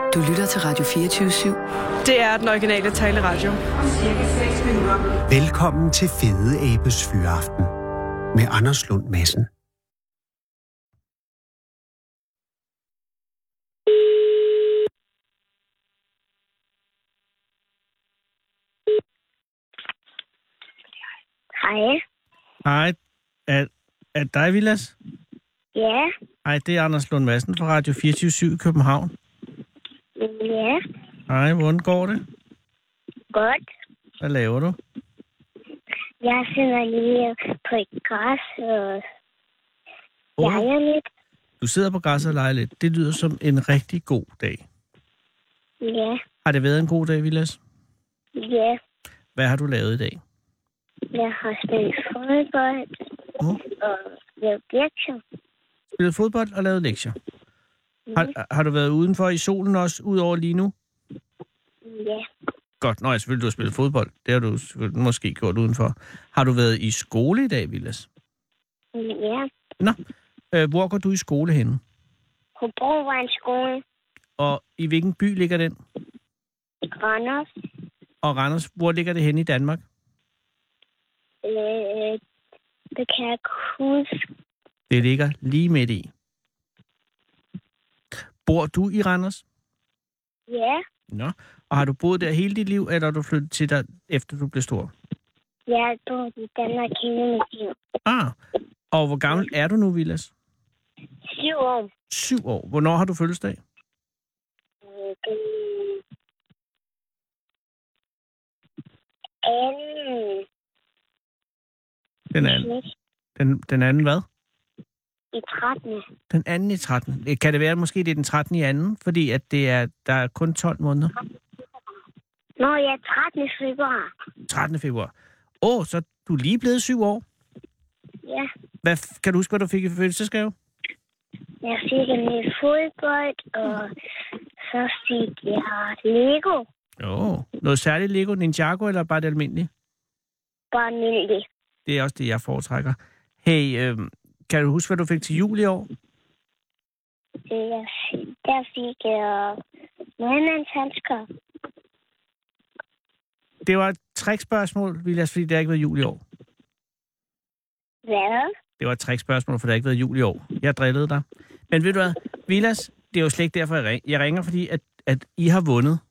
Du lytter til Radio 24/7. Det er den originale taleradio. Velkommen til Fede Abes Fyraften med Anders Lund Madsen. Hej. Hej. Er dig, Vilas? Ja. Hej, det er Anders Lund Madsen fra Radio 24/7 i København. Ja. Hej, hvordan går det? Godt. Hvad laver du? Jeg sidder lige på et græs og leger lidt. Du sidder på græs og leger lidt. Det lyder som en rigtig god dag. Ja. Har det været en god dag, Vilas? Ja. Hvad har du lavet i dag? Jeg har spillet fodbold og lavet lektier. Spillet fodbold og lavet lektier. Har du været udenfor i solen også, udover lige nu? Ja. Godt. Nå, selvfølgelig, du har spillet fodbold. Det har du måske gjort udenfor. Har du været i skole i dag, Vilas? Ja. Nå. Hvor går du i skole henne? På Brovejnsskole. Og i hvilken by ligger den? Randers. Og Randers, hvor ligger det henne i Danmark? Det kan jeg ikke huske. Det ligger lige midt i. Bor du i Randers? Ja. Nå. Og har du boet der hele dit liv, eller er du flyttet til der, efter du blev stor? Jeg bor i Danmark hele mit liv. Ah. Og hvor gammel er du nu, Vilas? 7 år. 7 år. Hvornår har du fødselsdag? Den anden. Den anden hvad? I 13. Den anden i 13. Kan det være, at måske det er den 13 i anden? Fordi at der er kun 12 måneder? Nå, jeg er 13. februar. 13. februar. Så du er lige blevet 7 år? Ja. Kan du huske, hvad du fik i fødselsdagsgave? Jeg fik en lille fodbold, og så fik jeg Lego. Noget særligt Lego? Ninjago eller bare det almindelige? Bare almindeligt. Det er også det, jeg foretrækker. Hey, kan du huske, hvad du fik til jul i år? Der fik jeg handsker. Det var et trickspørgsmål, Vilas, fordi det har ikke været jul i år. Hvad? Det var et trickspørgsmål, for det har ikke været jul i år. Jeg drillede dig. Men ved du hvad, Vilas, det er jo slet ikke derfor, jeg ringer, fordi at I har vundet.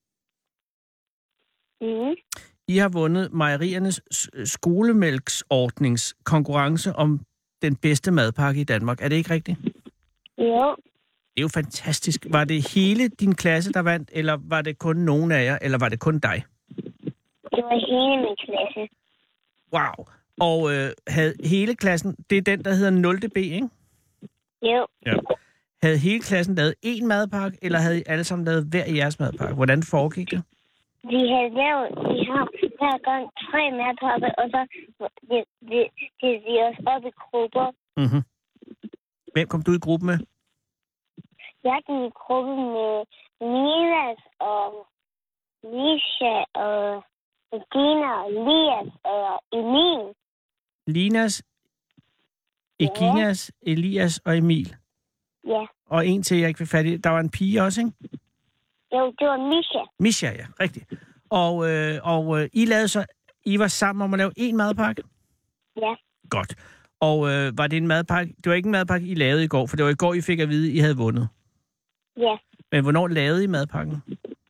I har vundet mejeriernes skolemælksordningskonkurrence om den bedste madpakke i Danmark. Er det ikke rigtigt? Jo. Det er jo fantastisk. Var det hele din klasse, der vandt, eller var det kun nogen af jer, eller var det kun dig? Det var hele min klasse. Wow. Og havde hele klassen, det er den, der hedder 0. B, ikke? Jo. Ja. Havde hele klassen lavet én madpakke, eller havde I alle sammen lavet hver jeres madpakke? Hvordan foregik det? Vi har hver gang 3 madpakker, og så delte vi os op i grupper. Mm-hmm. Hvem kom du i gruppe med? Jeg gik i gruppe med Milas og Lisha og Regina og Elias og Emil. Linas, Eginas, Elias og Emil. Ja. Og en til, jeg ikke fik fat i. Der var en pige også, ikke? Jo, det var Misha. Misha, ja. Rigtigt. Og I lavede så... I var sammen om at lave én madpakke? Ja. Godt. Og var det en madpakke? Det var ikke en madpakke, I lavede i går, for det var i går, I fik at vide, at I havde vundet. Ja. Men hvornår lavede I madpakken?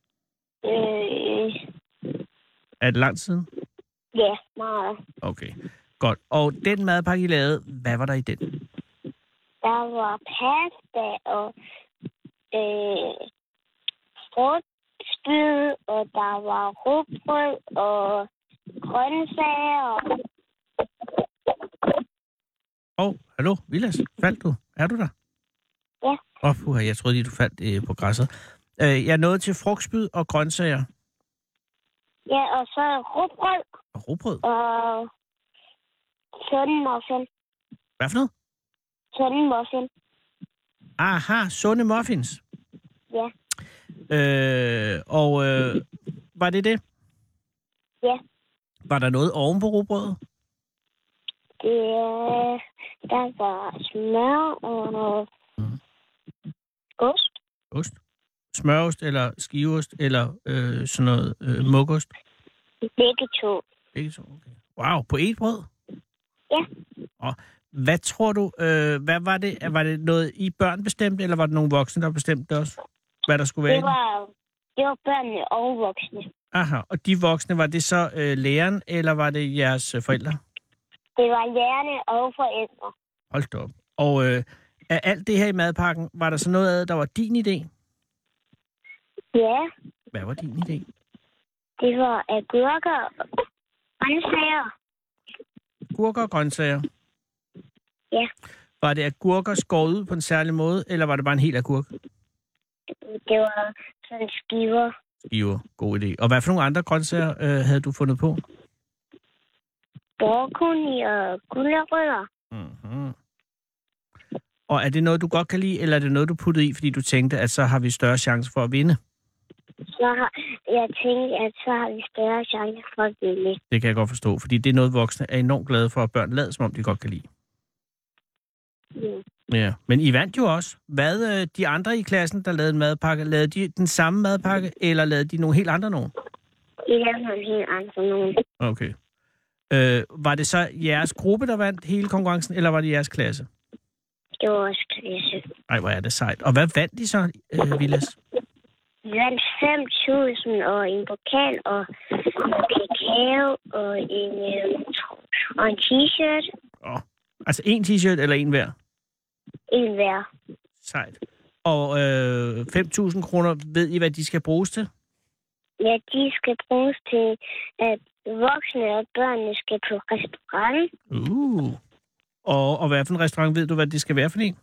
Er det lang siden? Ja, meget. Okay, godt. Og den madpakke, I lavede, hvad var der i den? Der var pasta og frugtspyd, og der var rugbrød og grøntsager. Hallo, Vilas, faldt du? Er du der? Ja. Jeg troede lige, du faldt på græsset. Jeg nåede til frugtspyd og grøntsager. Ja, og så rugbrød. Og rugbrød? Og sunde muffin. Hvad for noget? Sunde muffin. Aha, sunde muffins. Ja. Var det det? Ja. Var der noget oven på rugbrødet? Der var smør og ost. Ost? Smørost eller skiveost eller sådan noget muggost? Begge to. Begge to, okay. Wow, på et brød? Ja. Og hvad tror du, hvad var det? Var det noget, I børn bestemte, eller var det nogle voksne, der bestemte også, hvad der skulle være? Det var børnene og voksne. Aha, og de voksne, var det så læreren, eller var det jeres forældre? Det var lærerne og forældre. Hold da op. Og af alt det her i madpakken, var der så noget af det, der var din idé? Ja, Hvad var din idé? det var agurker og grøntsager. Agurker og grøntsager? Ja, Var det agurker skåret ud på en særlig måde, eller var det bare en hel agurk? det var sådan skiver. Jo, god idé. Og hvad for nogle andre grøntsager havde du fundet på? Broccoli og gulerødder. Mm-hmm. Og er det noget, du godt kan lide, eller er det noget, du puttede i, fordi du tænkte, at så har vi større chance for at vinde? Jeg tænkte, at så har vi større chance for at vinde. Det kan jeg godt forstå, fordi det er noget, voksne er enormt glade for, at børn lader, som om de godt kan lide. Mm. Ja, men I vandt jo også. Hvad de andre i klassen, der lavede en madpakke, lavede de den samme madpakke, eller lavede de nogle helt andre nogen? Det er nogle helt andre nogen. Okay. Var det så jeres gruppe, der vandt hele konkurrencen, eller var det jeres klasse? Det var også klasse. Ej, hvor er det sejt. Og hvad vandt de så, Vilas? Vi vandt 5.000 og en pokal og kakao og en t-shirt. Altså en t-shirt eller en hver? En hver. Sejt. Og 5.000 kroner, ved I, hvad de skal bruges til? Ja, de skal bruges til, at voksne og børnene skal på restaurant. Og hvad for en restaurant, ved du, hvad det skal være for en?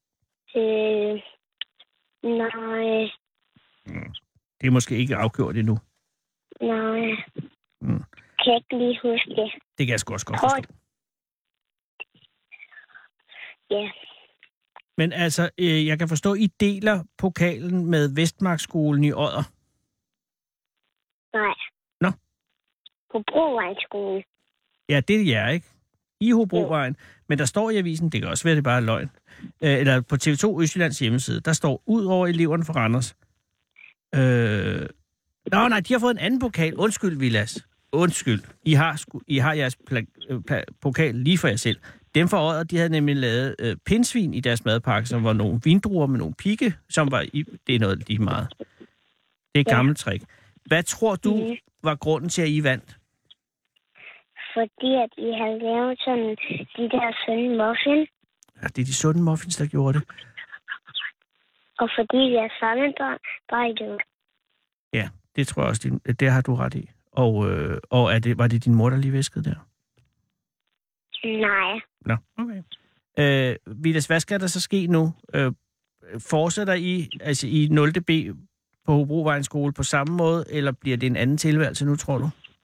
Nej. Det er måske ikke afgjort endnu. Nej. Kan jeg ikke lige huske det. Det kan jeg sgu også godt forstå. Ja. Men altså, jeg kan forstå, I deler pokalen med Vestmarkskolen i Odder. Nej. Nå? På Brovejnsskolen. Ja, det er jer, ikke? I Hobrovejen. Men der står i avisen, det kan også være, det bare er løgn, eller på TV2 Østjyllands hjemmeside, der står, ud over eleverne fra Randers. Nej, de har fået en anden pokal. Undskyld, Vilas. Undskyld. I har jeres pokal lige for jer selv. Dem fra Odder, de havde nemlig lavet pindsvin i deres madpakke, som var nogle vindruer med nogle pigge, som var i... Det er noget lige meget. Det er et gammelt trick. Hvad tror du var grunden til, at I vandt? Fordi at I havde lavet sådan de der sunde muffins. Ja, det er de sunde muffins, der gjorde det. Og fordi vi er samlet bare i det. Ja, det tror jeg også, det har du ret i. Og var det din mor, der lige viskede der? Nej. Nå, okay. Vilas, hvad skal der så ske nu? Fortsætter I 0. B på Hobrovejens skole på samme måde, eller bliver det en anden tilværelse nu, tror du?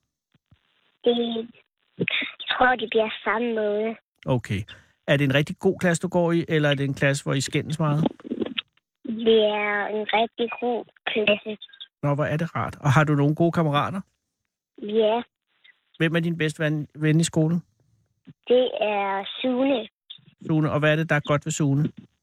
Jeg tror, det bliver samme måde. Okay. Er det en rigtig god klasse, du går i, eller er det en klasse, hvor I skændes meget? Det er en rigtig god klasse. Nå, hvor er det rart. Og har du nogle gode kammerater? Ja. Hvem er din bedste ven i skolen? Det er Sune. Sune, og hvad er det, der er godt ved Sune?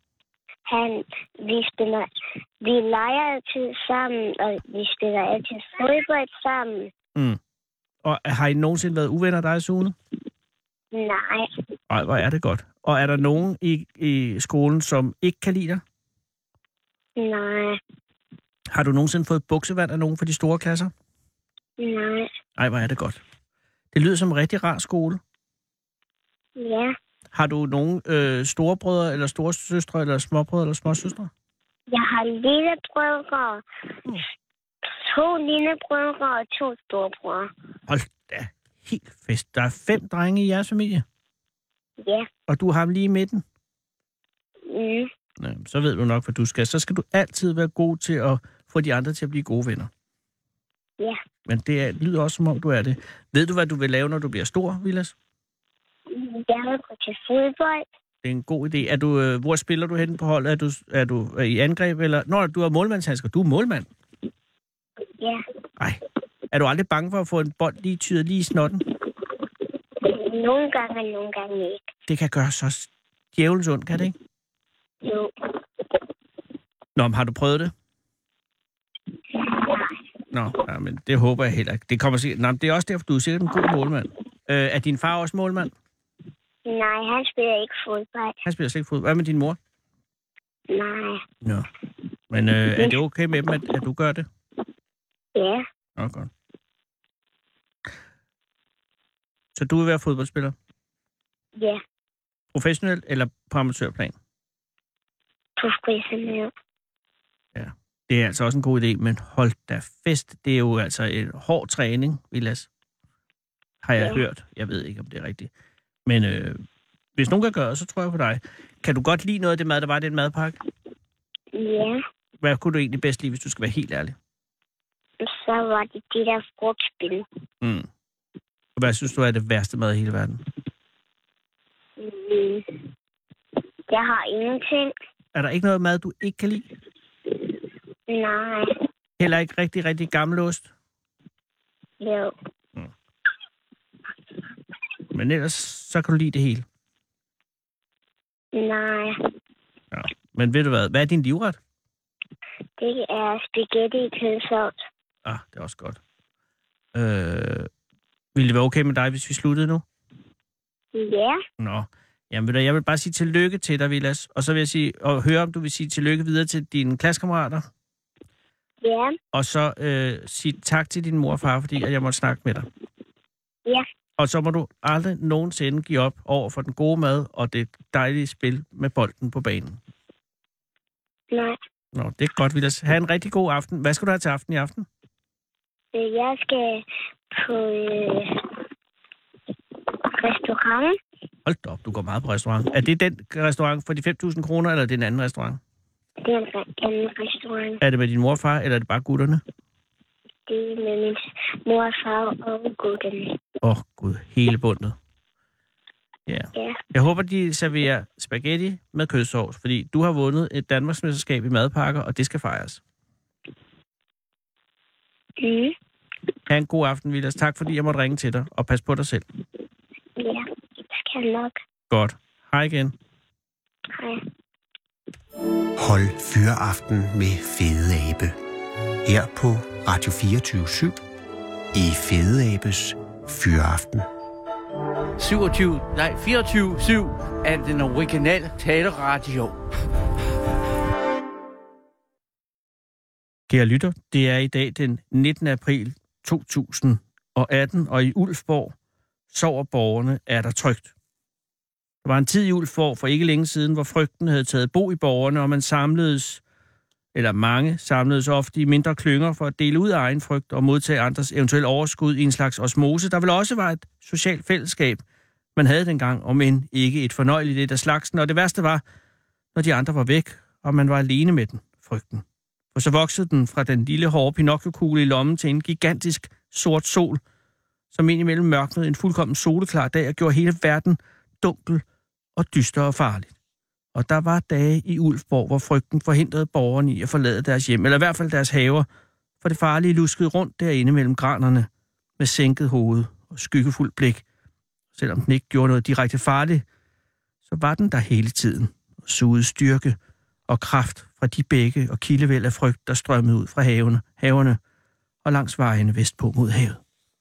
Vi leger altid sammen, og vi spiller altid fodbold sammen. Mm. Og har I nogensinde været uvenner, dig og Sune? Nej. Ej, hvor er det godt. Og er der nogen i skolen, som ikke kan lide dig? Nej. Har du nogensinde fået buksevand af nogen fra de store klasser? Nej. Ej, hvor er det godt. Det lyder som en rigtig rar skole. Ja. Har du nogen storebrødre, eller storesøstre, eller småbrødre, eller småsøstre? Jeg har lillebrødre, 2 lillebrødre og 2 storebrødre. Hold da, helt fest. Der er 5 drenge i jeres familie? Ja. Og du har ham lige i midten? Mm. Ja, så ved du nok, hvad du skal. Så skal du altid være god til at få de andre til at blive gode venner. Ja. Men det lyder også, som om du er det. Ved du, hvad du vil lave, når du bliver stor, Vilas? Jeg vil gå til fodbold. Det er en god idé. Hvor spiller du henne på holdet? Er du i angreb, eller... Nå, du har målmandshandsker. Du er målmand. Ja. Nej. Er du aldrig bange for at få en bold tyret lige i snotten? Nogle gange og nogle gange ikke. Det kan gøre så djævelens ondt, kan det ikke? Jo. Nå, men har du prøvet det? Nå, ja, men det håber jeg heller ikke. Det kommer sikkert... Nå, det er også derfor, du er sikkert en god målmand. Er din far også målmand? Nej, han spiller ikke fodbold. Han spiller slet ikke fodbold. Hvad med din mor? Nej. Nå. Men er det okay med dem, at du gør det? Ja. Nå, godt. Så du vil være fodboldspiller? Ja. Professionelt eller på amatørplan? Professionel. Ja. Det er altså også en god idé, men hold da fest. Det er jo altså en hård træning, Vilas. Har jeg hørt. Jeg ved ikke, om det er rigtigt. Men hvis nogen kan gøre det, så tror jeg på dig. Kan du godt lide noget af det mad, der var i den madpakke? Ja. Hvad kunne du egentlig bedst lide, hvis du skal være helt ærlig? Så var det de der frugtspil. Mm. Og hvad synes du er det værste mad i hele verden? Jeg har ingenting. Er der ikke noget mad, du ikke kan lide? Nej. Heller ikke rigtig, rigtig gammelost? Jo. Mm. Men ellers, så kan du lide det hele? Nej. Ja. Men ved du hvad? Hvad er din livret? Det er spaghetti i kødsovs. Ah, det er også godt. Ville det være okay med dig, hvis vi sluttede nu? Ja. Nå. Jamen ved du, jeg vil bare sige tillykke til dig, Vilas. Og så vil jeg sige, og høre, om du vil sige tillykke videre til dine klassekammerater. Ja. Og så sige tak til din mor og far, fordi at jeg måtte snakke med dig. Ja. Og så må du aldrig nogensinde give op over for den gode mad og det dejlige spil med bolden på banen. Nej. Nå, det er godt, Vilas. Ha' en rigtig god aften. Hvad skal du have til aften i aften? Jeg skal på restaurant. Hold da op, du går meget på restaurant. Er det den restaurant for de 5.000 kroner, eller er det en anden restaurant? Det er en anden restaurant. Er det med din mor og far, eller er det bare gutterne? Det er med min mor og far og gutterne. Gud, hele bundet. Ja. Ja. Jeg håber, de serverer spaghetti med kødsovs, fordi du har vundet et Danmarksmesterskab i madpakker, og det skal fejres. Mm. Ha' en god aften, Vilas. Tak, fordi jeg måtte ringe til dig, og pas på dig selv. Ja, det skal jeg nok. Godt. Hej igen. Hej. Hold Fyraften med Fede Abe. Her på Radio 24/7 i Fede Abes Fyraften. 24/7 er den originale taleradio. Kære lytter, det er i dag den 19. april 2018, og i Ulfborg sover borgerne, er der trygt. Der var en tid i Ulfborg for ikke længe siden, hvor frygten havde taget bo i borgerne, og mange samledes ofte i mindre klynger for at dele ud af egen frygt og modtage andres eventuelle overskud i en slags osmose. Der vil også være et socialt fællesskab, man havde dengang, om end ikke et fornøjeligt et af slagsen. Og det værste var, når de andre var væk, og man var alene med den, frygten. For så voksede den fra den lille hårde Pinocchio-kugle i lommen til en gigantisk sort sol, som indimellem mørknede en fuldkommen soleklar dag og gjorde hele verden dunkel og dyster og farligt. Og der var dage i Ulfborg, hvor frygten forhindrede borgerne i at forlade deres hjem, eller i hvert fald deres haver, for det farlige luskede rundt derinde mellem granerne med sænket hoved og skyggefuldt blik. Selvom den ikke gjorde noget direkte farligt, så var den der hele tiden og sugede styrke og kraft fra de bække og kildevæld af frygt, der strømmede ud fra haverne og langs vejene vestpå mod havet.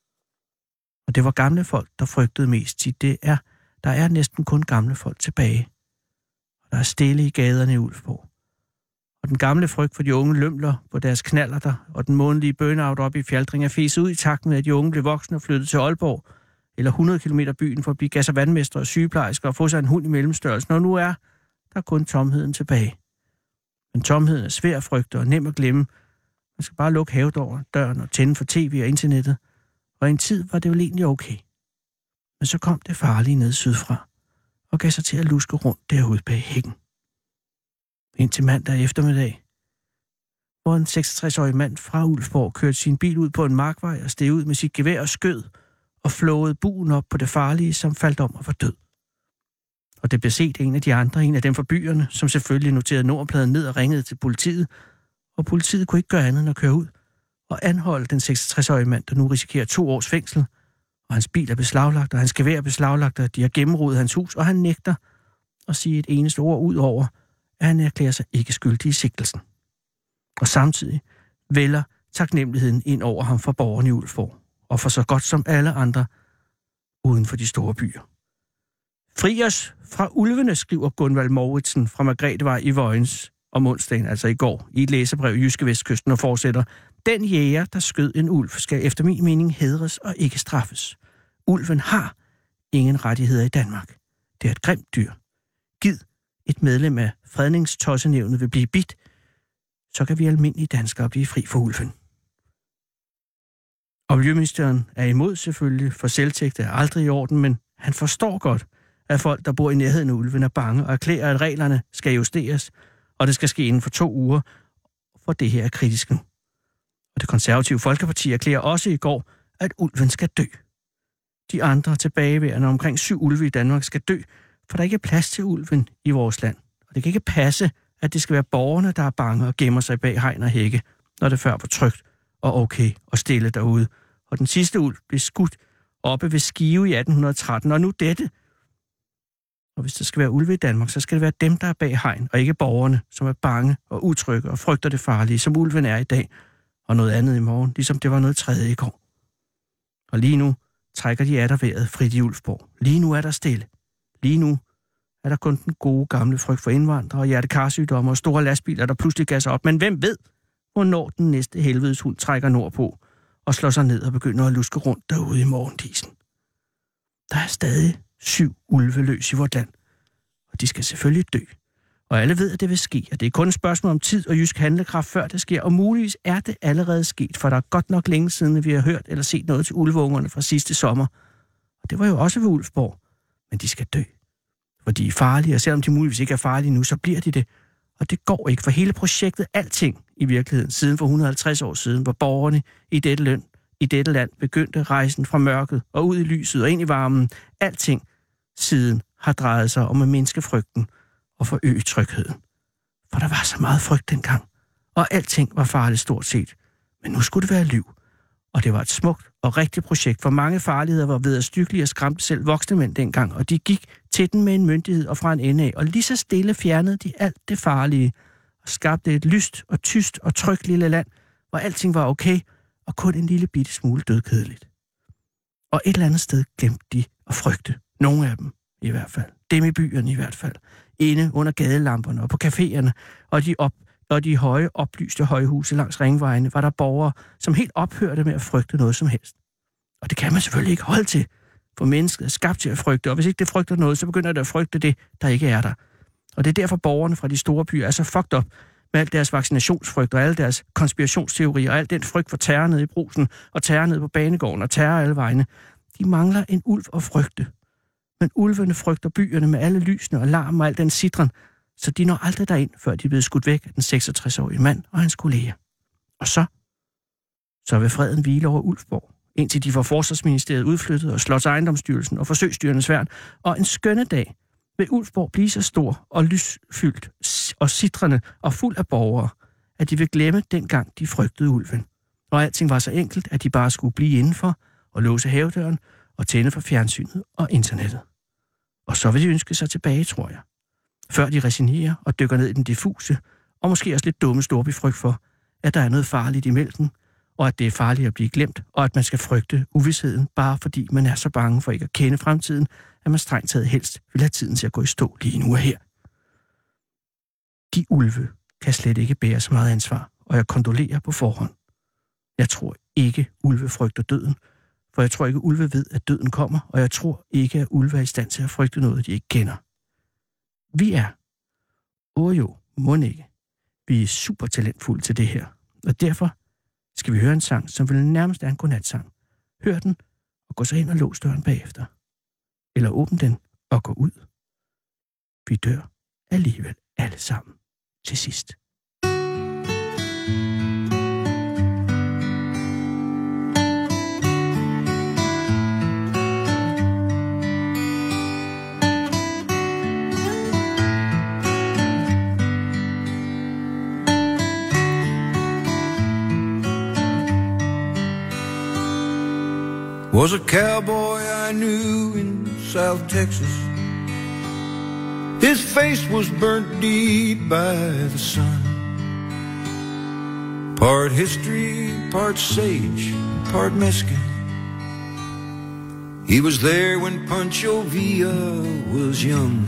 Og det var gamle folk, der frygtede mest. Der er næsten kun gamle folk tilbage. Og der er stille i gaderne i Ulfborg. Og den gamle frygt for de unge lømler på deres knallerter og den månedlige burnout op i Fjaldring er fæset ud i takt med, at de unge blev voksne og flyttede til Aalborg eller 100 km byen for at blive gas- og vandmestre og sygeplejersker og få sig en hund i mellemstørrelsen. Og nu er der kun tomheden tilbage. Men tomheden er svær at frygte og nem at glemme. Man skal bare lukke havedøren og tænde for tv og internettet. Og en tid var det jo egentlig okay. Men så kom det farlige ned sydfra og gav sig til at luske rundt derude bag hækken. Indtil mandag eftermiddag, hvor en 66-årig mand fra Ulfborg kørte sin bil ud på en markvej og steg ud med sit gevær og skød og flåede buen op på det farlige, som faldt om og var død. Og det blev set en af de andre, en af dem fra byerne, som selvfølgelig noterede nummerpladen ned og ringede til politiet, og politiet kunne ikke gøre andet end at køre ud og anholde den 66-årige mand, der nu risikerer 2 års fængsel, og hans bil er beslaglagt, og hans gevær er beslaglagt, og de har gennemrodet hans hus, og han nægter at sige et eneste ord ud over, at han erklærer sig ikke skyldig i sigtelsen. Og samtidig vælger taknemmeligheden ind over ham fra borgerne i Ulfborg, og for så godt som alle andre uden for de store byer. Fri os fra ulvene, skriver Gunvald Mouritsen fra Margrethevej i Vojens om onsdagen, altså i går, i et læserbrev i Jyske Vestkysten og fortsætter: Den jæger, der skød en ulv, skal efter min mening hædres og ikke straffes. Ulven har ingen rettigheder i Danmark. Det er et grimt dyr. Gid et medlem af fredningstossenævnet vil blive bidt, så kan vi almindelige danskere blive fri for ulven. Og miljøministeren er imod selvfølgelig, for selvtægt er aldrig i orden, men han forstår godt, at folk, der bor i nærheden af ulven, er bange og erklærer, at reglerne skal justeres, og det skal ske inden for 2 uger, for det her er kritisk nu. Og det konservative Folkeparti erklærer også i går, at ulven skal dø. De andre tilbageværende omkring 7 ulve i Danmark skal dø, for der ikke er plads til ulven i vores land. Og det kan ikke passe, at det skal være borgerne, der er bange og gemmer sig bag hegn og hække, når det før var trygt og okay og stille derude. Og den sidste ulv blev skudt oppe ved Skive i 1813, og nu dette. Og hvis der skal være ulve i Danmark, så skal det være dem, der er bag hegn, og ikke borgerne, som er bange og utrygge og frygter det farlige, som ulven er i dag, og noget andet i morgen, ligesom det var noget tredje i går. Og lige nu trækker de atterværet frit i Ulfborg. Lige nu er der stille. Lige nu er der kun den gode gamle frygt for indvandrere og hjertekarsygdomme og store lastbiler, der pludselig gasser op. Men hvem ved, hvornår den næste helvedeshund trækker nordpå og slår sig ned og begynder at luske rundt derude i morgendisen. Der er stadig 7 ulve løs i vort land, og de skal selvfølgelig dø. Og alle ved, at det vil ske, og det er kun et spørgsmål om tid og jysk handlekraft, før det sker, og muligvis er det allerede sket, for der er godt nok længe siden, at vi har hørt eller set noget til ulveungerne fra sidste sommer. Og det var jo også ved Ulfborg, men de skal dø. For de er farlige, og selvom de muligvis ikke er farlige nu, så bliver de det. Og det går ikke, for hele projektet, alting i virkeligheden, siden for 150 år siden, hvor borgerne i dette land begyndte rejsen fra mørket og ud i lyset og ind i varmen, alting siden har drejet sig om at mindske frygten og forøge trygheden. For der var så meget frygt dengang, og alting var farligt stort set. Men nu skulle det være liv, og det var et smukt og rigtigt projekt, for mange farligheder var vederstyggelige og skræmte selv voksne mænd dengang, og de gik til den med en myndighed og fra en ende af, og lige så stille fjernede de alt det farlige, og skabte et lyst og tyst og trygt lille land, hvor alting var okay, og kun en lille bitte smule dødkedeligt. Og et eller andet sted glemte de at frygte. Nogle af dem i hvert fald. Dem i byerne i hvert fald. Inde under gadelamperne og på caféerne og de høje oplyste højhuse langs ringvejene var der borgere, som helt ophørte med at frygte noget som helst. Og det kan man selvfølgelig ikke holde til, for mennesket er skabt til at frygte, og hvis ikke det frygter noget, så begynder det at frygte det, der ikke er der. Og det er derfor borgerne fra de store byer er så fucked up med alt deres vaccinationsfrygt og alle deres konspirationsteorier og al den frygt for terror nede i Brugsen og terror nede på banegården og terror alle vegne. De mangler en ulv at frygte. Men ulvene frygter byerne med alle lysene og larmen og al den sidren, så de når aldrig derind, før de er blevet skudt væk af den 66-årige mand og hans kolleger. Og så vil freden hvile over Ulfborg, indtil de får Forsvarsministeriet udflyttet og Slots Ejendomsstyrelsen og Forsøgsdyrenes Værn, og en skønne dag vil Ulfborg blive så stor og lysfyldt og sidrende og fuld af borgere, at de vil glemme dengang de frygtede ulven. Og alting var så enkelt, at de bare skulle blive indenfor og låse havedøren og tænde for fjernsynet og internettet. Og så vil de ønske sig tilbage, tror jeg. Før de resignerer og dykker ned i den diffuse, og måske også lidt dumme storbyfrygt for, at der er noget farligt i mælken, og at det er farligt at blive glemt, og at man skal frygte uvisheden, bare fordi man er så bange for ikke at kende fremtiden, at man strengt taget helst vil have tiden til at gå i stå lige nu og her. De ulve kan slet ikke bære så meget ansvar, og jeg kondolerer på forhånd. Jeg tror ikke, ulve frygter døden, for jeg tror ikke, ulve ved, at døden kommer, og jeg tror ikke, at ulve er i stand til at frygte noget, de ikke kender. Vi er, mon ikke, vi er super talentfulde til det her, og derfor skal vi høre en sang, som vel nærmest er en godnatsang. Hør den, og gå så ind og lås døren bagefter. Eller åbn den og gå ud. Vi dør alligevel alle sammen til sidst. Was a cowboy I knew in South Texas. His face was burnt deep by the sun. part history, part sage, part mesquite. He was there when Pancho Villa was young,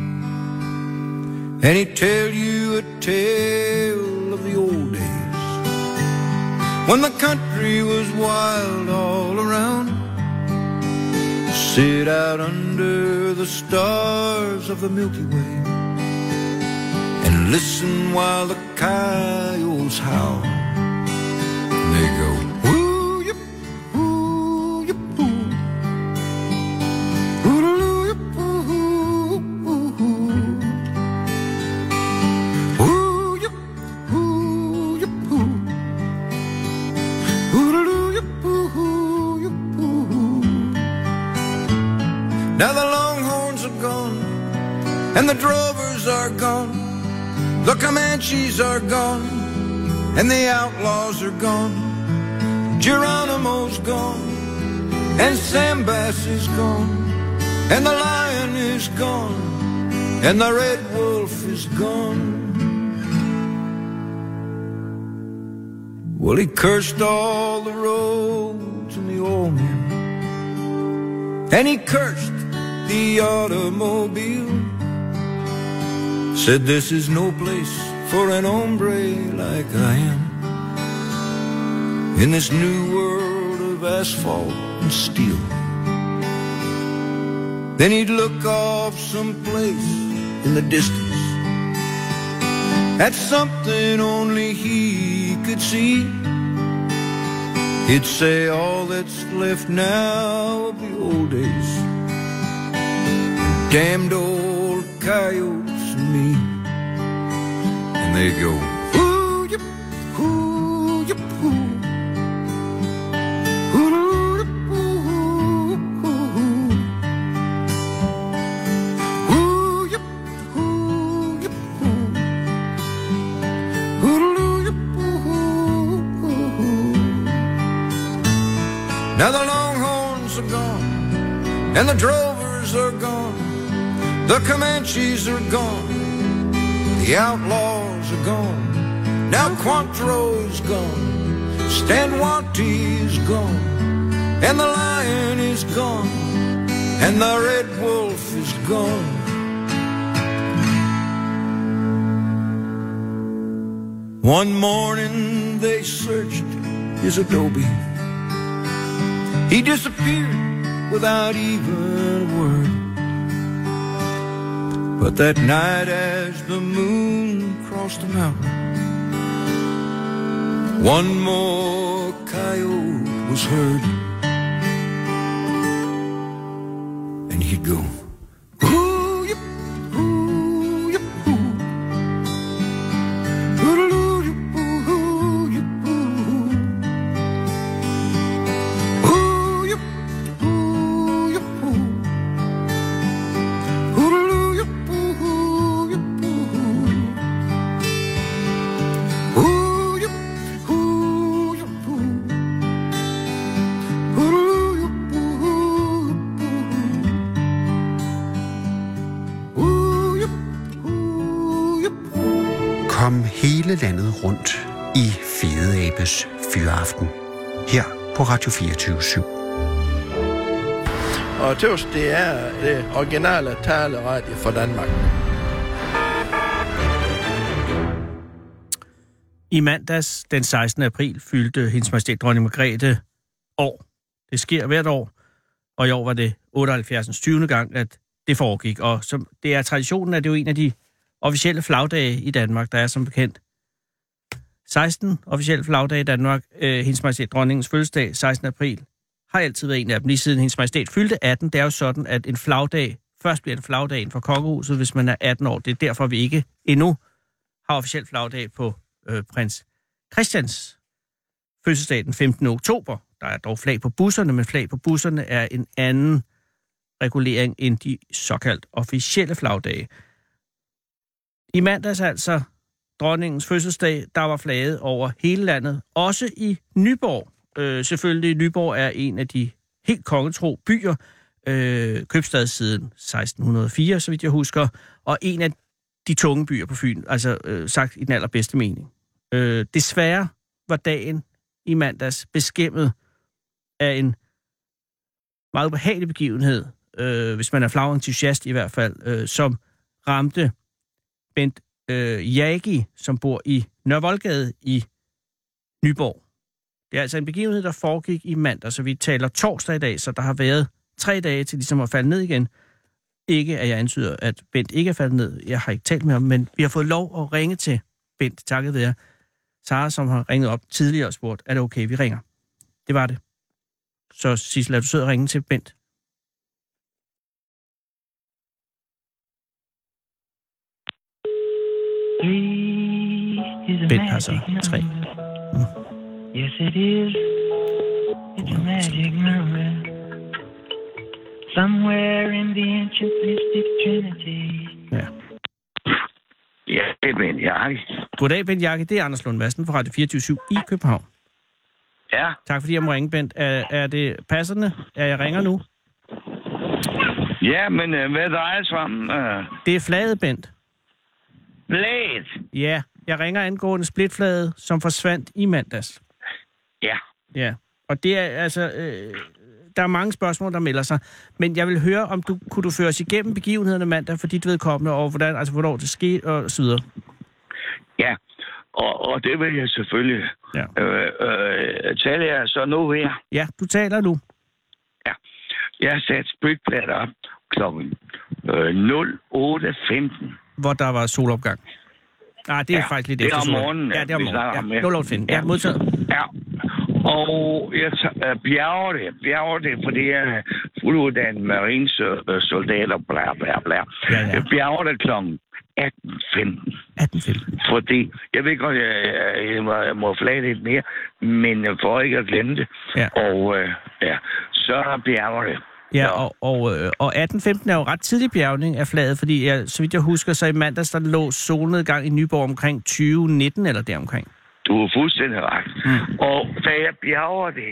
and he'd tell you a tale of the old days, when the country was wild all around. Sit out under the stars of the Milky Way and listen while the coyotes howl. And they go, woo yip, woo yip, woo, woo yip, woo, woo, woo yip, woo yip, woo, woo yip, woo yip, woo. Now the longhorns are gone, and the drovers are gone, the Comanches are gone, and the outlaws are gone. Geronimo's gone, and Sam Bass is gone, and the lion is gone, and the red wolf is gone. Well, he cursed all the roads and the old men, and he cursed the automobile. Said this is no place for an hombre like I am, in this new world of asphalt and steel. Then he'd look off someplace in the distance at something only he could see. He'd say all that's left now of the old days, damned old coyotes and me. And they go, ooh yip, ooh yip, ooh, ooh yip, ooh, ooh yip, ooh yip, ooh yip, ooh. Now the longhorns are gone, and the drovers are gone, the Comanches are gone, the outlaws are gone. Now Cointreau's gone, Stan Wanty's gone, and the lion is gone, and the red wolf is gone. One morning they searched his adobe. He disappeared without even a word. But that night as the moon crossed the mountain, one more coyote was heard. And he'd go, ooh yip, ooh yip, ooh, ooh yip, ooh yip, ooh, ooh yip, ooh yip, ooh. Kom hele landet rundt i Fede Abes Fyraften. Her på Radio 24/7. Og tøvs, det er det originale taleradio for Danmark. I mandags, den 16. april, fyldte Hendes Majestæt Dronning Margrethe år. Det sker hvert år, og i år var det 78. 20. gang, at det foregik. Og som det er traditionen, at det er jo en af de officielle flagdage i Danmark, der er som bekendt 16 officielle flagdage i Danmark. Hendes Majestæt Dronningens fødselsdag, 16. april, har altid været en af dem, lige siden Hendes Majestæt fyldte 18. Det er jo sådan, at en flagdag først bliver en flagdag inden for kongehuset, hvis man er 18 år. Det er derfor, vi ikke endnu har officiel flagdag på prins Christians fødselsdag den 15. oktober. Der er dog flag på busserne, men flag på busserne er en anden regulering end de såkaldt officielle flagdage. I mandags altså dronningens fødselsdag, der var flaget over hele landet, også i Nyborg. Selvfølgelig, Nyborg er en af de helt kongetro byer, købstad siden 1604, så vidt jeg husker, og en af de tunge byer på Fyn, altså sagt i den allerbedste mening. Desværre var dagen i mandags beskæmmet af en meget ubehagelig begivenhed, hvis man er flagentusiast i hvert fald, som ramte Bent Jagi, som bor i Nørre Voldgade i Nyborg. Det er altså en begivenhed, der foregik i mandag, så vi taler torsdag i dag, så der har været 3 dage til ligesom at falde ned igen. Ikke at jeg antyder, at Bent ikke er faldet ned. Jeg har ikke talt med ham, men vi har fået lov at ringe til Bent, takket være Sara, som har ringet op tidligere og spurgt, er det okay, vi ringer? Det var det. Så Sissel, er du sød at ringe til Bent? Bent har så 3. Yes, it is. It's a magic number. Somewhere in the ancient mystic trinity. Ja. Ja, det er Bent Jagi. Goddag, Bent Jagi. Det er Anders Lund Madsen fra Radio 24/7 i København. Ja. Tak fordi jeg må ringe, Bent. Er det passende, at jeg ringer nu? Ja, men hvad drejer det sig om? Det er flaget, Bent. Flaget? Ja, jeg ringer angående splitflaget, som forsvandt i mandags. Ja. Ja, og det er altså... der er mange spørgsmål, der melder sig. Men jeg vil høre, om kunne du føre os igennem begivenhederne mandag for dit vedkommende, og hvornår det skete, og så videre. Ja, og det vil jeg selvfølgelig. Ja. Taler jeg så nu her? Ja, du taler nu. Ja. Jeg har sat splitflaget op klokken 08:15. Hvor der var solopgang. Ah, det er faktisk lidt efter sol. Det er om morgenen. Ja, det er om morgenen. Ja, 08:15. Ja, modtaget. Ja. Og jeg bjerger det, fordi jeg er fulduddannet marinesoldat og bla bla bla. Ja. Jeg bjerger det klokken 18:15. Fordi, jeg ved godt, jeg må flage lidt mere, men for ikke at glemme det. Ja. Og så bjerger det. Ja, og 18:15 er jo ret tidlig bjergning af flaget, fordi så vidt jeg husker, så i mandags, der lå solnedgang i Nyborg omkring 20:19 eller deromkring. Du er fuldstændig ret. Og da jeg bjerger det,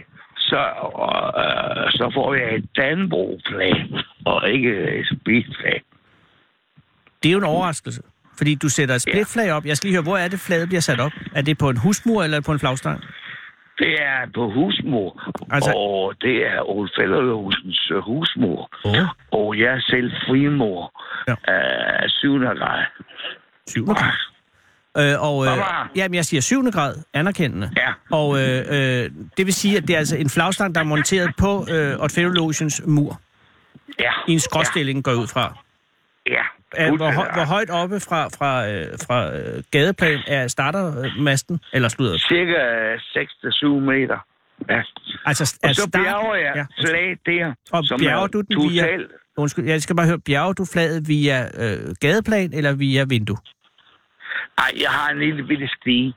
så får jeg et Dannebrog-flag, og ikke et splitflag. Det er jo en overraskelse, fordi du sætter et splitflag op. Jeg skal lige høre, hvor er det flaget bliver sat op? Er det på en husmur eller på en flagstang? Det er på husmur, altså... og det er Ole Fellerlosens husmur. Og jeg er selv frimur af 7. grad. 7. grad? Jamen, jeg siger 7. grad, anerkendende. Ja. Og det vil sige, at det er altså en flagstang, der er monteret på Ole Fellerlosens mur. Ja. I en skråstilling går ud fra. Ja. Hvor højt oppe fra gadeplan starter masten, eller slutter? Cirka 6-7 meter. Ja. Altså, og så bjerger jeg flaget der. Og bjerger du den via... Undskyld, jeg skal bare høre, bjerger du flaget via gadeplan eller via vindue? Nej, jeg har en lille bitte stige.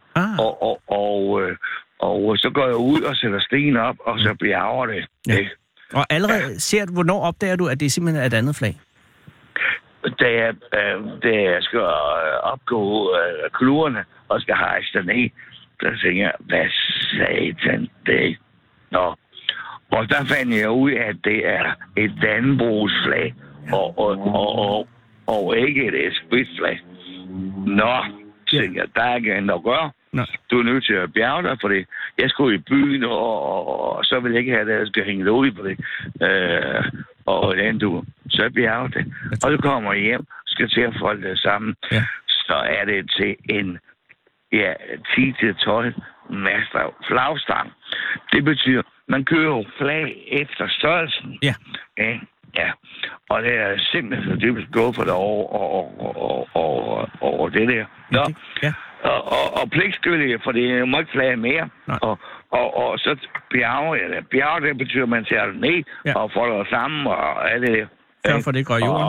Og så går jeg ud og sætter stigen op, og så bjerger det. Ja. Og allerede hvornår opdager du, at det simpelthen er et andet flag? Da jeg skal opgå klurerne og skal hejse den ned, så tænker jeg, hvad satan det? Nå. Og der fandt jeg ud af, at det er et Dannebrogsflag, og ikke et splitflag. Nå, tænker jeg, der er ikke andet at gøre. Nej. Du er nødt til at bjerge dig for det. Jeg skulle i byen, og så vil jeg ikke have det, at jeg skal hænge det ud på det. Og så bjerger det. Og så kommer jeg hjem, skal til at folde det sammen. Ja. Så er det til en 10-12 master flagstang. Det betyder, man kører flag efter størrelsen. Ja. Ja. Og det er simpelthen så dybt gået for det over det der. Nå. Ja. Og pligtskyldige, for det må ikke flage mere. Og så bjerger jeg det. Bjerger det betyder, at man tager det ned og folder det sammen og alt det der. Før for det går i jorden.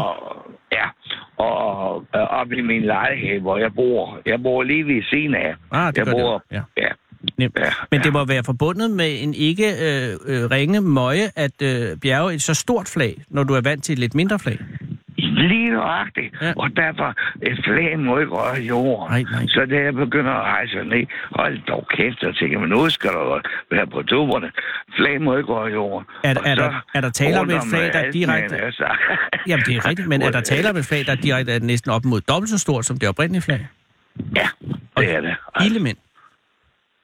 Og op i min lejlighed, hvor jeg bor. Jeg bor lige ved siden af. Det bor. Nemt. Men det må være forbundet med en ikke ringe møje at bjerge et så stort flag, når du er vant til et lidt mindre flag. Lige nøjagtigt. Ja. Og derfor et flag må ikke røre jorden. Nej. Så da jeg begynder at rejse ned, hold dog kæft, og tænker, men nu skal der være på tubberne. Flag må ikke røre jorden. Er der tale om et flag, der direkte... Jamen, det er rigtigt, men er der tale om et flag, der direkte er næsten op mod dobbelt så stort, som det oprindelige flag? Ja, det er det. Illemænd.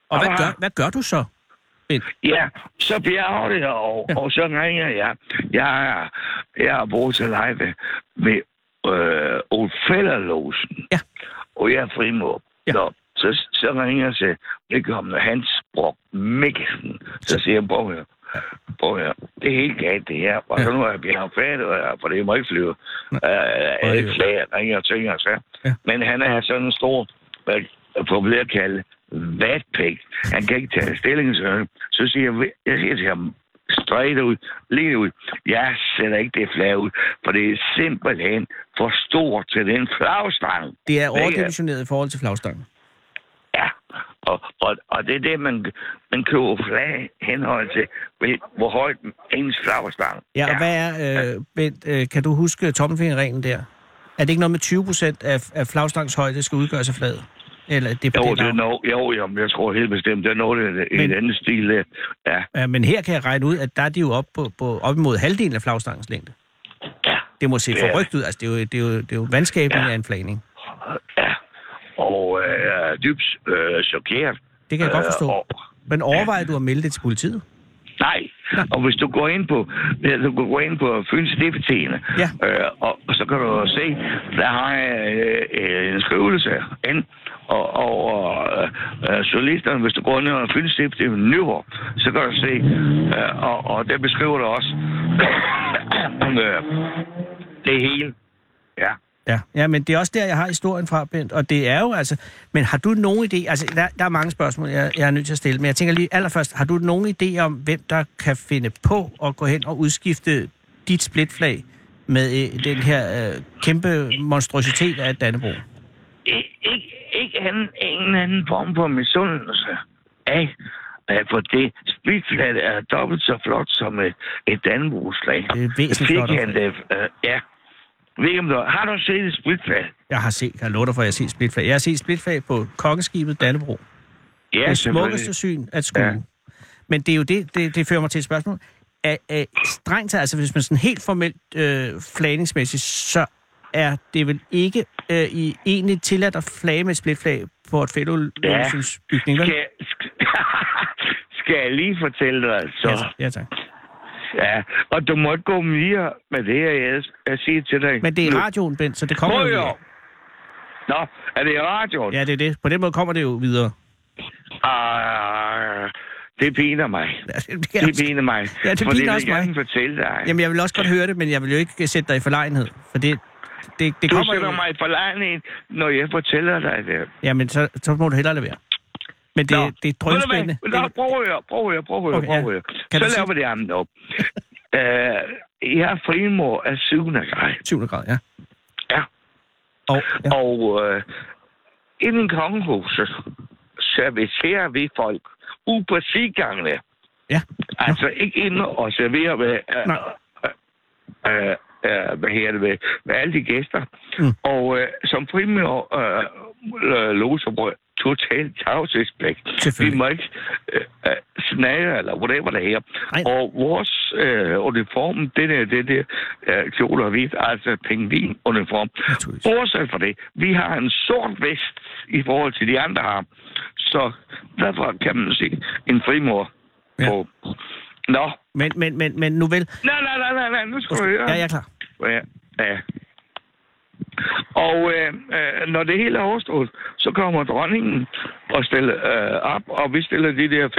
Og hvad gør du så? Ja, så bjerger det, og så ringer jeg. Jeg har boet til live med Olfellerlåsen. Ja. Og jeg er frimur. Ja. Så ringer jeg til vedkommende Hans Brock Mikkelsen. Så siger jeg, prøv her. Det er helt galt, det her. Og så nu er jeg bjerget færdig, for det må ikke flyve. Alle flag ringer og ting og så. Ja. Men han er sådan en stor, populært at kalde, vatpæk. Han kan ikke tage stilling, så siger jeg til ham straight ud, lige ud. Jeg sætter ikke det flag ud, for det er simpelthen for stort til den flagstang. Det er overdimensioneret i forhold til flagstangen. Ja, og det er det, man køber flag henhold til, hvor højt ens flagstang. Ja, og hvad er, Bent, kan du huske tommelfingerreglen der? Er det ikke noget med 20% af flagstangens højde skal udgøres af flaget? Eller det jeg tror helt bestemt, det er noget i et andet stil der. Ja, men her kan jeg regne ud, at der er de jo op imod halvdelen af flagstangens længde. Ja. Det må se forrygt ud, altså det er jo vandskabning af en flagning. Ja, og dybt chokeret. Det kan jeg godt forstå. Men overvejer du at melde det til politiet? Nej, og hvis du går ind på Fyns Stiftstidende, og så kan du se, der har jeg en skrivelse ind, og journalisterne, hvis du går ind under Fyns Stiftstidende Nyborg, så kan du se, og det beskriver det også, det hele, ja. Ja, men det er også der, jeg har historien fra, Bent, og det er jo altså... Men har du nogen idé... Altså, der er mange spørgsmål, jeg er nødt til at stille, men jeg tænker lige allerførst, har du nogen idé om, hvem der kan finde på at gå hen og udskifte dit splitflag med den her kæmpe monstrositet af Dannebrog? Ikke en anden form for misundelse af, for det splitflag er dobbelt så flot som et Dannebrogsflag. Det er væsentligt flot. Ja. Har du set et splitflag? Jeg har lovet dig for, at jeg har set splitflag. Jeg har set splitflag på kongeskibet Dannebro. Ja, det smukkeste syn at skue. Ja. Men det er jo det fører mig til et spørgsmål. Strengt taget, altså hvis man sådan helt formelt flagningsmæssigt, så er det vel ikke egentlig tilladt at flage med et splitflag på et fælleløsens bygning, vel? Skal jeg lige fortælle dig, så? Ja, tak. Ja, og du må ikke gå mere med det her, jeg siger til dig. Men det er radioen, Bent, så det kommer jo videre. Nå, er det i radioen? Ja, det er det. På den måde kommer det jo videre. Det piner mig. Ja, det piner mig. Ja, det piner også mig. Fortælle dig. Jamen, jeg vil også godt høre det, men jeg vil jo ikke sætte dig i forlegenhed. For det du kommer sætter mig i forlegenhed, når jeg fortæller dig det. Jamen, så må du hellere lade være. Men det er drømspændende. Prøv at høre. Så laver vi det andet op. Jeg er frimor af 7. grad. 7. grad, ja. Ja. Og inden kongehuset servicerer vi folk ude på sigangene. Ja. Altså ikke inde og servere med alle de gæster. Og som frimor loserbrød, totalt tavshedspligt. Vi må ikke snage, eller whatever det her. Og vores uniform, det der kjole og hvidt, altså pingvin-uniform. Bortset for det, vi har en sort vest i forhold til de andre har. Så derfor kan man sige en frimor på... Nå. Men nu vel... Nej, nu skal du høre. Ja, jeg er klar. Ja. Og når det hele er overstået, så kommer dronningen og stiller op, og vi stiller de der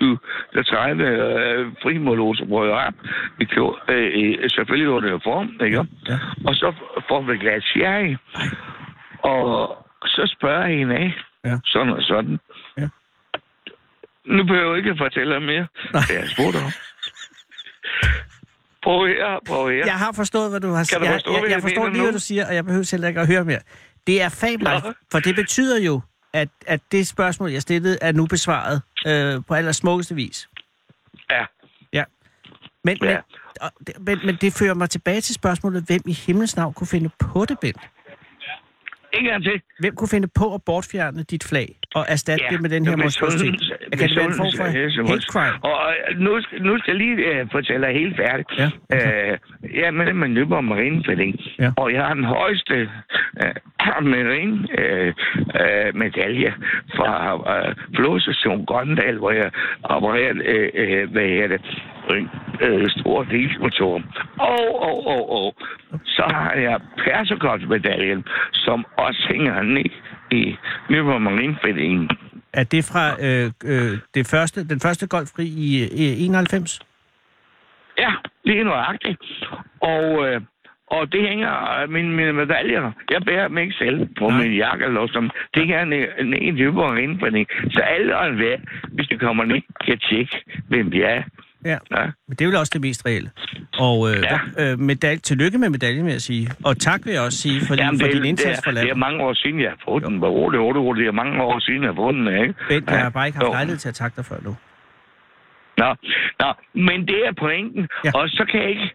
25-30 frimurloserbrødre op i selvfølgelig uniform, ikke? Ja. Og så får vi et glas sherry, og så spørger jeg hende af, sådan og sådan. Ja. Nu behøver jeg ikke at fortælle mere, det jeg spurgte om. Prøv her. Jeg har forstået, hvad du har sagt. Jeg forstår lige, hvad du siger, og jeg behøver selv ikke at høre mere. Det er fabelagtigt, for det betyder jo, at det spørgsmål, jeg stillede, er nu besvaret på allersmukkeste vis. Ja. Men det fører mig tilbage til spørgsmålet, hvem i himlens navn kunne finde på det, Bent? Ikke til. Hvem kunne finde på at bortfjerne dit flag og erstatte det med den her monstrositet? Kan det være en form for hate crime? Og nu skal jeg lige fortælle dig helt færdigt. Ja, men det er med Nyborg Marineforening. Ja. Og jeg har den højeste medalje fra Flådestation Grøndal, hvor jeg opererede store dieselmotorer. Og så har jeg Persegodt-medaljen, som også hænger ned i Nyborg Marineforeningen. Er det fra den første Golfkrig i 91? Ja, lige nøjagtigt. Og det hænger mine medaljer. Jeg bærer dem ikke selv på min jakkelås. Det her ned i Nyborg Marineforening. Så alle og enhver, hvis det kommer ned, kan tjekke, hvem de er. Ja, men det er vel også det mest reelle. Og tillykke med medaljen, vil jeg sige. Og tak vil jeg også sige for din indsats for landet. Det er mange år siden, jeg har fået den. Det er mange år siden, jeg har fået den, ikke? Bent, jeg har bare ikke haft lejlighed til at takke dig før nu. Nå, men det er pointen. Ja. Og så kan jeg ikke...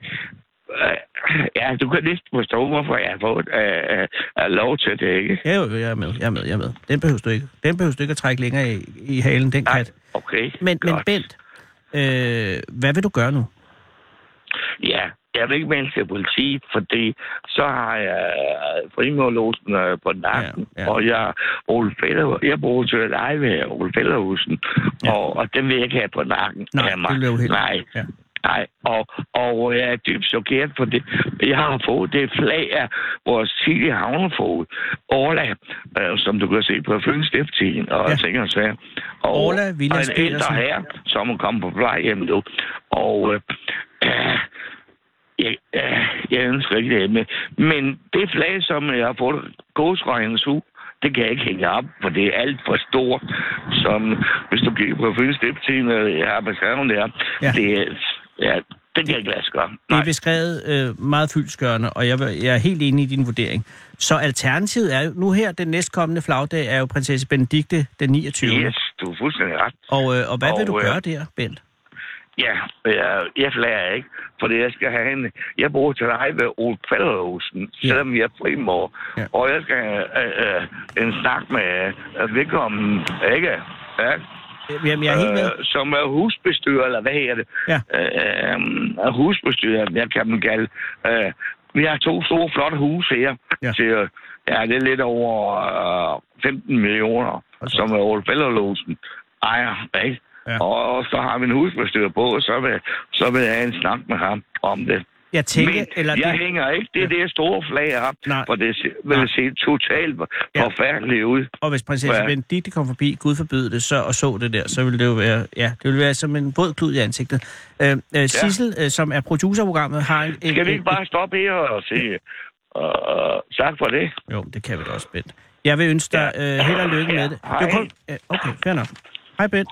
du kan næsten forstå, hvorfor jeg har fået lov til det, ikke? Ja, jo, jeg er med. Den behøver du ikke at trække længere i halen, den kat. Okay. Men Bent, hvad vil du gøre nu? Ja, jeg vil ikke melde til politiet, fordi så har jeg frimålåsen på nakken, og jeg bor til at lege ved Ole Fælderhusen, og den vil jeg ikke have på nakken. Nej, det bliver uheldigt. Nej, og jeg er dybt chokeret på det. Jeg har fået det flag af vores tidlige havnefoged, Orla, som du kan se på Fyns Stiftstiden, og jeg tænker så her. Orla Vilas Petersen. Og en ældre herre, som er kommet på plejehjem nu. Og jeg ønsker ikke det med. Men det flag, som jeg har fået Gåsrøgens Hus, det kan jeg ikke hænge op, for det er alt for stort, som hvis du kigger på Fyns Stiftstiden, jeg har beskrevet der, det kan jeg ikke lade sig gøre. Det er beskrevet meget fyldestgørende, og jeg er helt enig i din vurdering. Så alternativet er jo, nu her, den næstkommende flagdag, er jo prinsesse Benedikte den 29. Yes, du er fuldstændig ret. Og hvad vil du gøre der, Bent? Ja, jeg flager ikke, fordi jeg skal have hende. Jeg bor til dig ved Ole Fælderhusen, selvom jeg er frimor. Ja. Og jeg skal have en snak med vedkommende, ikke? Ja. Jamen, jeg er helt med. Som er husbestyrer, eller hvad hedder det? Ja. Husbestyrer, jeg kan dem kalde. Vi har 2 store, flotte huse her. Ja. Til, det er lidt over 15 millioner, som er Ole Fælderhusen ejer, ikke? Ja. Og så har vi en husbestyrer på, og så vil jeg have en snak med ham om det. Jeg tænker, hænger ikke det store flag op, for det vil se totalt forfærdeligt ud. Og hvis prinsesse Benedikte kom forbi, Gud forbyde det, og så det der, så ville det jo være, det ville være som en våd klud i ansigtet. Sissel, som er producerprogrammet, har en... Skal vi ikke bare stoppe her og sige tak for det? Jo, det kan vi da også, Bent. Jeg vil ønske dig held og lykke med det. Okay, fair nok. Hej, Bent.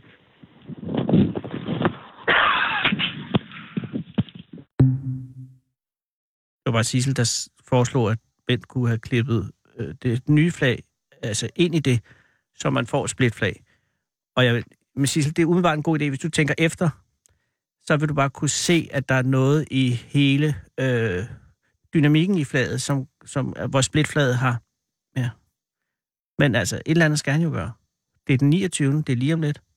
Det var bare Sissel, der foreslog, at Bent kunne have klippet det nye flag altså ind i det, så man får splitflag. Og men Sissel, det er umiddelbart en god idé. Hvis du tænker efter, så vil du bare kunne se, at der er noget i hele dynamikken i flaget, hvor splitflaget har. Ja. Men altså, et eller andet skal han jo gøre. Det er den 29. Det er lige om lidt.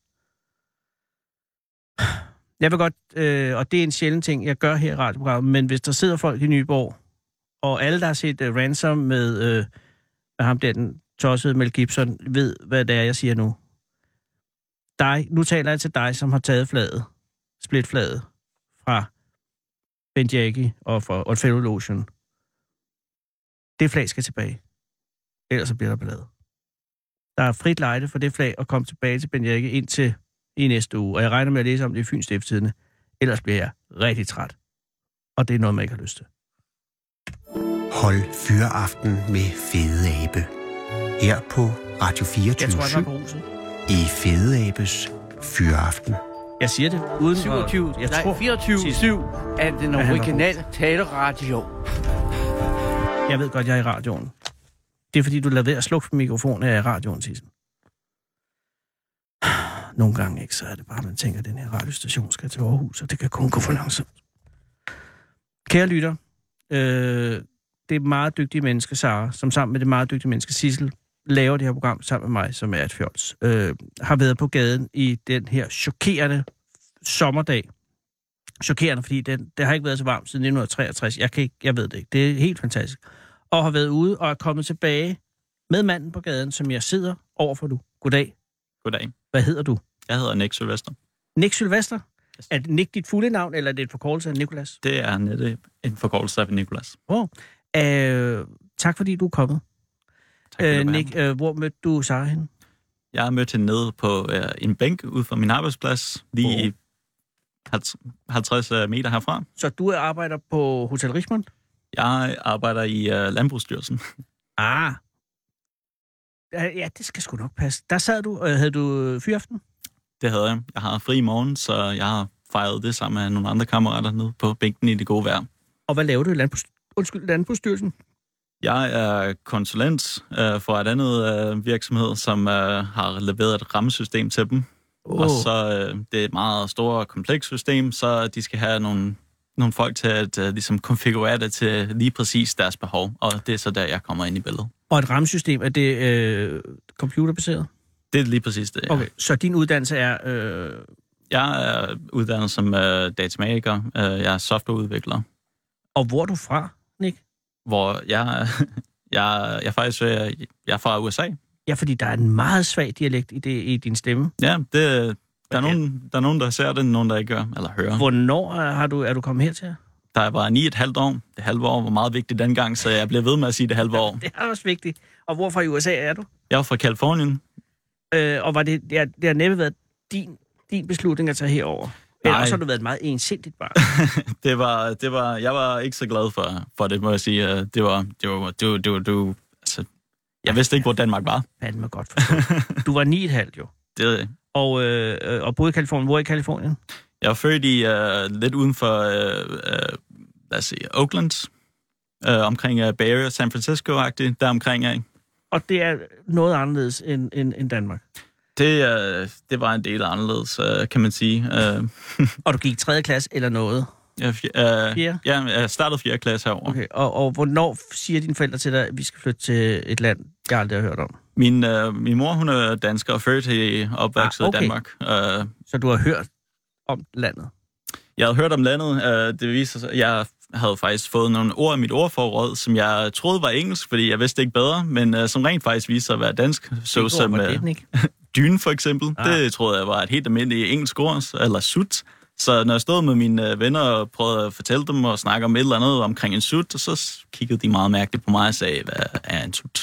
Jeg vil godt, og det er en sjælden ting, jeg gør her i radioprogrammet, men hvis der sidder folk i Nyborg, og alle, der har set Ransom med ham der, den tossede Mel Gibson, ved, hvad det er, jeg siger nu. Nu taler jeg til dig, som har taget splitflaget fra Ben Jackie og fra Othello Lotion. Det flag skal tilbage. Ellers så bliver der ballade. Der er frit lejde for det flag at komme tilbage til Ben Jackie indtil i næste uge, og jeg regner med at læse om det i Fyns Stiftstidende. Ellers bliver jeg rigtig træt. Og det er noget, man ikke har lyst til. Hold fyreaften med Fede Abe. Her på Radio 24 i Fede Abes Fyreaften. Jeg siger det uden 24-7 er den originale taleradio. Jeg ved godt, jeg er i radioen. Det er fordi, du lader være at slukke for mikrofonen af radioen, Sissel. Nogle gange ikke, så er det bare, man tænker, at den her radiostation skal til Aarhus, og det kan kun gå for langsomt. Kære lytter, det er meget dygtige menneske, Sara, som sammen med det meget dygtige menneske, Sissel, laver det her program sammen med mig, som er et fjols, har været på gaden i den her chokerende sommerdag. Chokerende, fordi det har ikke været så varmt siden 1963. Jeg ved det ikke. Det er helt fantastisk. og har været ude og er kommet tilbage med manden på gaden, som jeg sidder overfor nu. Goddag. Goddag. Hvad hedder du? Jeg hedder Nick Sylvester. Nick Sylvester? Yes. Er det Nick dit fulde navn, eller er det et forkortelse af Nicolas? Det er en forkortelse af Nicolas. Tak fordi du er kommet. Nick, hvor mødte du Sara henne? Jeg har mødt hende nede på en bænk ude fra min arbejdsplads, lige 50 meter herfra. Så du arbejder på Hotel Richmond? Jeg arbejder i Landbrugsstyrelsen. Ja, det skal sgu nok passe. Der sad du, havde du fyraften? Det havde jeg. Jeg har fri i morgen, så jeg har fejret det sammen med nogle andre kammerater nede på bænken i det gode vejr. Og hvad laver du i Landbrugsstyrelsen? Jeg er konsulent for et andet virksomhed, som har leveret et rammesystem til dem. Og så det er et meget stort, komplekst system, så de skal have nogle folk til at ligesom konfigurere det til lige præcis deres behov. Og det er så der, jeg kommer ind i billedet. Og et rammesystem, er det computerbaseret? Det er lige præcis det, ja. Okay, så din uddannelse er... Jeg er uddannet som datamatiker. Jeg er softwareudvikler. Og hvor er du fra, Nick? Hvor jeg er fra USA. Ja, fordi der er en meget svag dialekt i din stemme. Ja, der er nogen, der ser det, nogen, der ikke gør eller hører. Hvornår er du kommet hertil? Der var 9,5 år. Det halve år var meget vigtigt dengang, så jeg blev ved med at sige det halve år. Det er også vigtigt. Og hvorfor i USA er du? Jeg er fra Kalifornien. Og var det har næppe været din beslutning at tage herover? Eller også har du været et meget ensindigt barn? Jeg var ikke så glad for det, må jeg sige. Altså, jeg vidste ikke, hvor Danmark var. Fanden mig godt forstået. Du var 9,5 jo. Det er det. Og boede i Kalifornien. Hvor i Kalifornien? Jeg var født i lidt uden for, Oakland. Omkring Bay Area, San Francisco-agtigt, der omkring af. Og det er noget anderledes end Danmark? Det var en del anderledes, kan man sige. Og du gik i 3. klasse eller noget? Ja, jeg startede 4. klasse herovre. Okay, og hvornår siger dine forældre til dig, at vi skal flytte til et land, jeg aldrig har hørt om? Min mor, hun er dansker og født i opvokset i Danmark. Så du har hørt om landet? Jeg havde hørt om landet. Det viser sig, jeg havde faktisk fået nogle ord i mit ordforråd, som jeg troede var engelsk, fordi jeg vidste ikke bedre, men som rent faktisk viser at være dansk. Så som dyne for eksempel. Det troede jeg var et helt almindeligt engelsk ord, eller sut. Så når jeg stod med mine venner og prøvede at fortælle dem og snakke om et eller andet omkring en sut, så kiggede de meget mærkeligt på mig og sagde, hvad er en sut?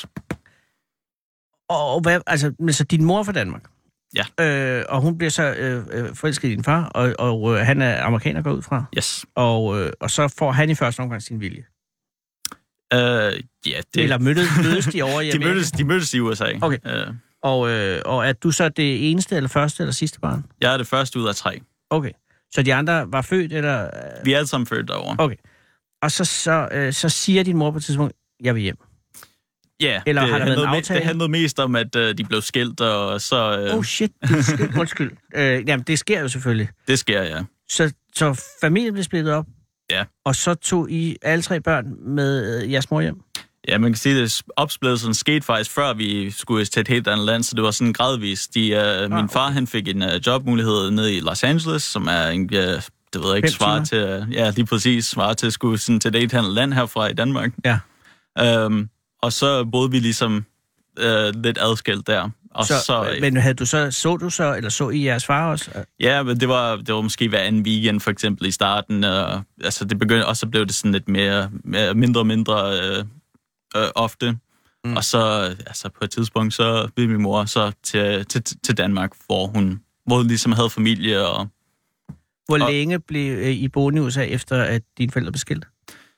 Og hvad, så din mor er fra Danmark? Ja. Og hun bliver så forelsket i din far, og han er amerikaner, går ud fra? Yes. Og så får han i første omgang sin vilje? Ja, det... Eller mødes de over i Amerika? De mødtes i USA. Okay. Og er du så det eneste, eller første, eller sidste barn? Jeg er det første ud af 3. Okay. Så de andre var født, eller? Vi er alle sammen født derovre. Okay. Og så siger din mor på et tidspunkt, jeg vil hjem. Ja, eller har der været en aftale? Det handlede mest om, at de blev skilt, og så... Oh shit, undskyld. Jamen, det sker jo selvfølgelig. Det sker, ja. Så familien blev splittet op? Ja. Og så tog I alle 3 børn med jeres mor hjem? Ja, man kan sige, at opsplittelsen skete faktisk, før vi skulle til et helt andet land, så det var sådan gradvist. Min far, han fik en jobmulighed nede i Los Angeles, som er en, det ved jeg ikke, svarer til, ja, lige præcis, svarer til at skulle sådan, til et helt andet land herfra i Danmark. Ja. Og så boede vi ligesom lidt adskilt der. Og men havde du så I jeres far også? Ja, men det var måske hver anden weekend, for eksempel i starten. Altså det begyndte, og så blev det sådan lidt mindre ofte. Og så på et tidspunkt, så blev min mor så til Danmark, hvor hun ligesom havde familie. Hvor længe blev I boende i USA, efter at dine forældre blev skilt?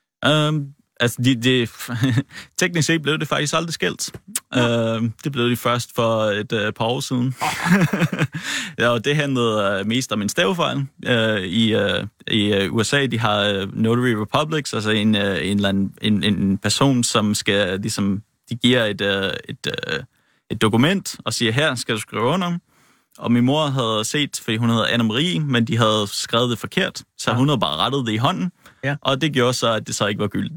Teknisk set blev det faktisk aldrig skilt. Det blev det først for et par år siden. Ja, og det handlede mest om en stavefejl. I USA, de har notary republics, altså en person, som skal ligesom, de giver et dokument og siger, her skal du skrive under. Og min mor havde set, fordi hun hedder Anna-Marie, men de havde skrevet det forkert, så hun havde bare rettet det i hånden. Ja. Og det gjorde så, at det så ikke var gyldigt.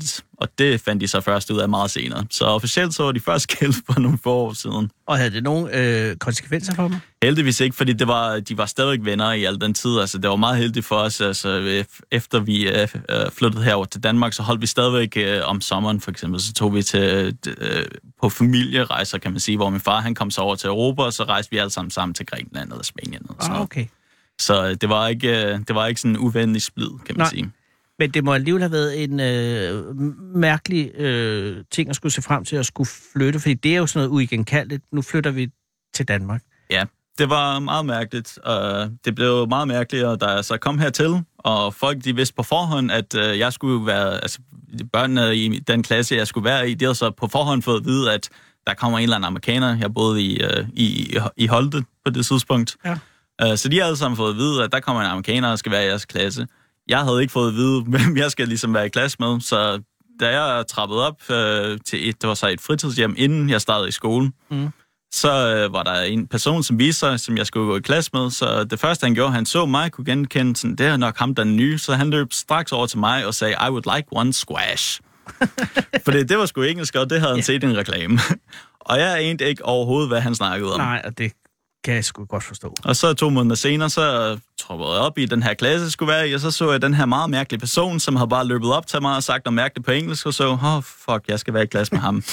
Og det fandt de så først ud af meget senere. Så officielt så var de først skilt for nogle få år siden. Og havde det nogle konsekvenser for dem? Heldigvis ikke, fordi de var stadigvæk venner i al den tid. Altså, det var meget heldigt for os. Altså, efter vi flyttede herover til Danmark, så holdt vi stadigvæk om sommeren, for eksempel. Så tog vi til på familierejser, kan man sige, hvor min far han kom så over til Europa, og så rejste vi alle sammen til Grækenland eller Spanien. Og sådan okay. Så det var ikke sådan en uvenlig splid, kan man sige. Men det må alligevel have været en mærkelig ting at skulle se frem til at skulle flytte, fordi det er jo sådan noget uigenkaldeligt. Nu flytter vi til Danmark. Ja, det var meget mærkeligt. Det blev meget mærkeligere, da jeg så kom hertil, og folk de vidste på forhånd, at jeg skulle være, altså børnene i den klasse, jeg skulle være i, de havde så på forhånd fået at vide, at der kommer en eller anden amerikaner. Jeg boede i Holte på det tidspunkt. Ja. Så de havde alle sammen fået at vide, at der kommer en amerikaner, der skal være i jeres klasse. Jeg havde ikke fået at vide, hvem jeg skal ligesom være i klasse med, så da jeg trappede op til det var så et fritidshjem, inden jeg startede i skolen, så var der en person, som viste sig, som jeg skulle gå i klasse med, så det første, han gjorde, han så mig, kunne genkende, sådan, det er nok ham, der er nye, så han løb straks over til mig og sagde, I would like one squash. For det var sgu engelsk, og det havde han set i en reklame. Og jeg anede ikke overhovedet, hvad han snakkede om. Nej, og det kan jeg sgu godt forstå. Og så 2 måneder senere, så troppede jeg op i den her klasse, jeg skulle være i, og så jeg den her meget mærkelige person, som havde bare løbet op til mig og sagt noget mærkeligt på engelsk, og så, fuck, jeg skal være i klasse med ham.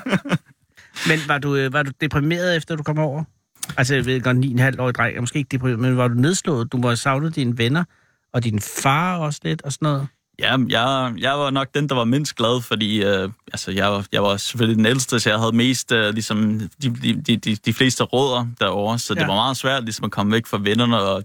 Men var du deprimeret, efter du kom over? Altså, jeg ved godt, 9,5-årig dreng, måske ikke deprimeret, men var du nedslået? Du må have savnet dine venner, og din far også lidt, og sådan noget? Ja, jeg var nok den, der var mindst glad, fordi jeg var selvfølgelig den ældste, så jeg havde mest ligesom de fleste råder derovre, så det var meget svært ligesom at komme væk fra vennerne, og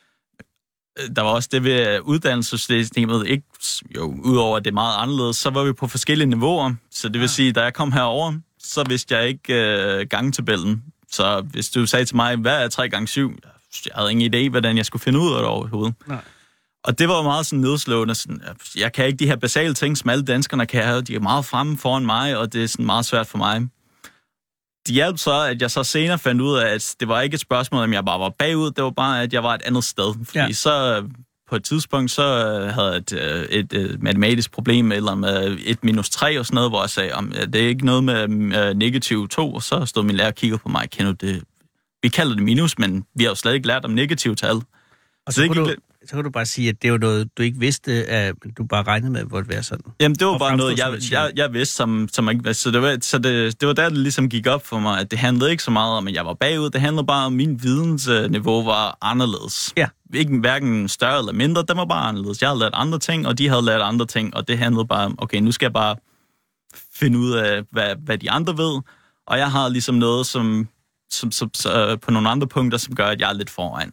der var også det ved uddannelsessystemet, ikke jo, udover at det er meget anderledes, så var vi på forskellige niveauer, så det vil sige, da jeg kom herover, så vidste jeg ikke gangtabellen. Så hvis du sagde til mig, hvad er 3 gange 7? Jeg havde ingen idé, hvordan jeg skulle finde ud af det overhovedet. Nej. Og det var meget sådan nedslående. Sådan, jeg kan ikke de her basale ting, som alle danskerne kan have. De er meget fremme foran mig, og det er sådan meget svært for mig. Det hjalp så, at jeg så senere fandt ud af, at det var ikke et spørgsmål, om jeg bare var bagud. Det var bare, at jeg var et andet sted. Fordi så på et tidspunkt, så havde jeg et matematisk problem, eller med 1-3 og sådan noget, hvor jeg sagde, det er ikke noget med negativ 2, og så stod min lærer og kiggede på mig, kender du det? Vi kalder det minus, men vi har jo slet ikke lært om negativ tal. Og så kan du bare sige, at det var noget, du ikke vidste, at du bare regnede med, at det ville være sådan. Jamen, det var bare noget, jeg vidste, som ikke vidste. Så det var der, det ligesom gik op for mig, at det handlede ikke så meget om, at jeg var bagud. Det handlede bare om, at min vidensniveau var anderledes. Ja. Ikke hverken større eller mindre, det var bare anderledes. Jeg havde lært andre ting, og de havde lært andre ting, og det handlede bare om, okay, nu skal jeg bare finde ud af, hvad de andre ved, og jeg har ligesom noget, som på nogle andre punkter, som gør, at jeg er lidt foran.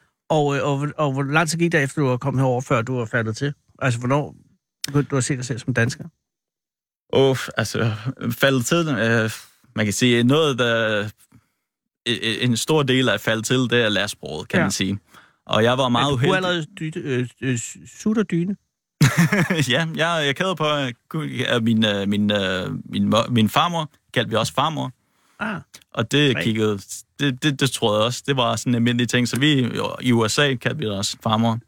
Og hvor lang tid gik der efter, du var kommet herover, før du var faldet til? Altså, hvornår begyndte du at se dig selv som dansker? Faldet til, man kan sige, noget, en stor del af faldet til, det er at lære sproget, kan man sige. Og jeg var meget uheldig. Du allerede sutter dyne? Ja, jeg kæder på, at min farmor, kaldte vi også farmor. Og det kiggede, det troede jeg også, det var sådan en almindelig ting, så vi i USA kaldte vi det også farmor.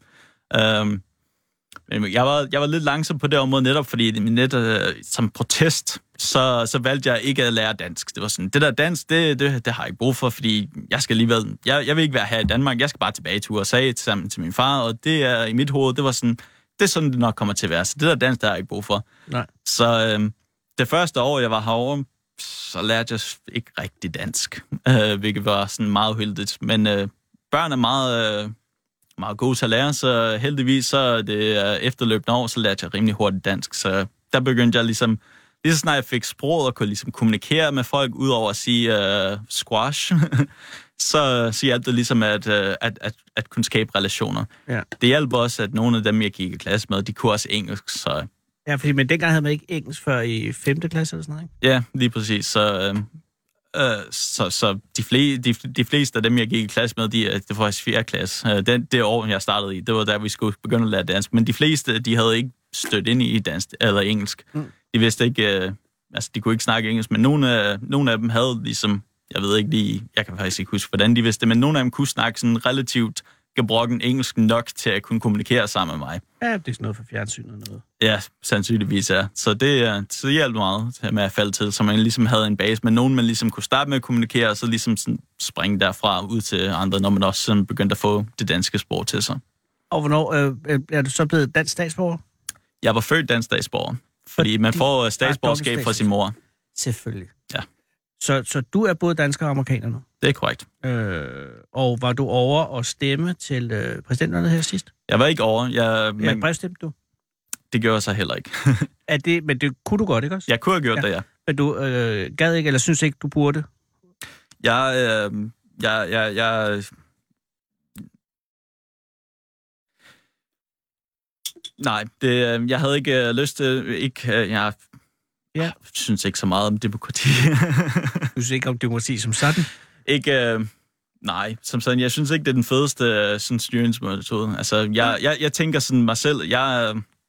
Jeg var lidt langsom på det område netop, fordi som protest, så valgte jeg ikke at lære dansk. Det var sådan, det der dansk, det har jeg ikke brug for, fordi jeg skal alligevel, jeg vil ikke være her i Danmark, jeg skal bare tilbage til USA sammen til min far, og det er i mit hoved, det var sådan, det er sådan, det nok kommer til at være. Så det der dansk, der har jeg ikke brug for. Nej. Så det første år, jeg var herovre, så lærte jeg ikke rigtig dansk, hvilket var sådan meget uheldigt. Men børn er meget gode til at lære, så heldigvis så det efterløbende år, så lærte jeg rimelig hurtigt dansk. Så der begyndte jeg ligesom, lige så snart jeg fik sproget og kunne ligesom kommunikere med folk, udover at sige squash, så hjalp det ligesom at kunne skabe relationer. Ja. Det hjalp også, at nogle af dem, jeg gik i klasse med, de kunne også engelsk, så... Ja, fordi men dengang havde man ikke engelsk før i 5. klasse eller sådan noget, ikke? Ja, lige præcis. Så de fleste af dem, jeg gik i klasse med, det var i 4. klasse. Det år, jeg startede i, det var der, vi skulle begynde at lære dansk. Men de fleste, de havde ikke stødt ind i dansk eller engelsk. De vidste ikke, de kunne ikke snakke engelsk, men nogle af dem havde ligesom, jeg ved ikke lige, jeg kan faktisk ikke huske, hvordan de vidste det, men nogle af dem kunne snakke sådan relativt gebrokken engelsk nok til at kunne kommunikere sammen med mig. Ja, det er sådan noget for fjernsynet noget. Ja, sandsynligvis er. Så det hjalp meget med at falde til, så man ligesom havde en base, men nogen man ligesom kunne starte med at kommunikere, og så ligesom sådan springe derfra ud til andre, når man også sådan begyndte at få det danske sprog til sig. Og hvornår er du så blevet dansk statsborger? Jeg var født dansk statsborger, fordi man får statsborgerskab fra sin mor. Selvfølgelig. Ja. Så du er både dansker og amerikaner nu? Det er korrekt. Og var du over og stemme til præsidentvalget her sidst? Jeg var ikke over. Men brevstemte du? Det gjorde jeg så heller ikke. Men det kunne du godt, ikke også? Jeg kunne have gjort det, ja. Men du gad ikke, eller synes ikke, du burde? Nej, jeg havde ikke lyst til... Jeg synes ikke så meget om demokrati. Du synes ikke om demokrati som sådan? Ikke... Nej, som sådan. Jeg synes ikke, det er den fedeste sådan styringsmetode. Altså, jeg tænker sådan mig selv... Jeg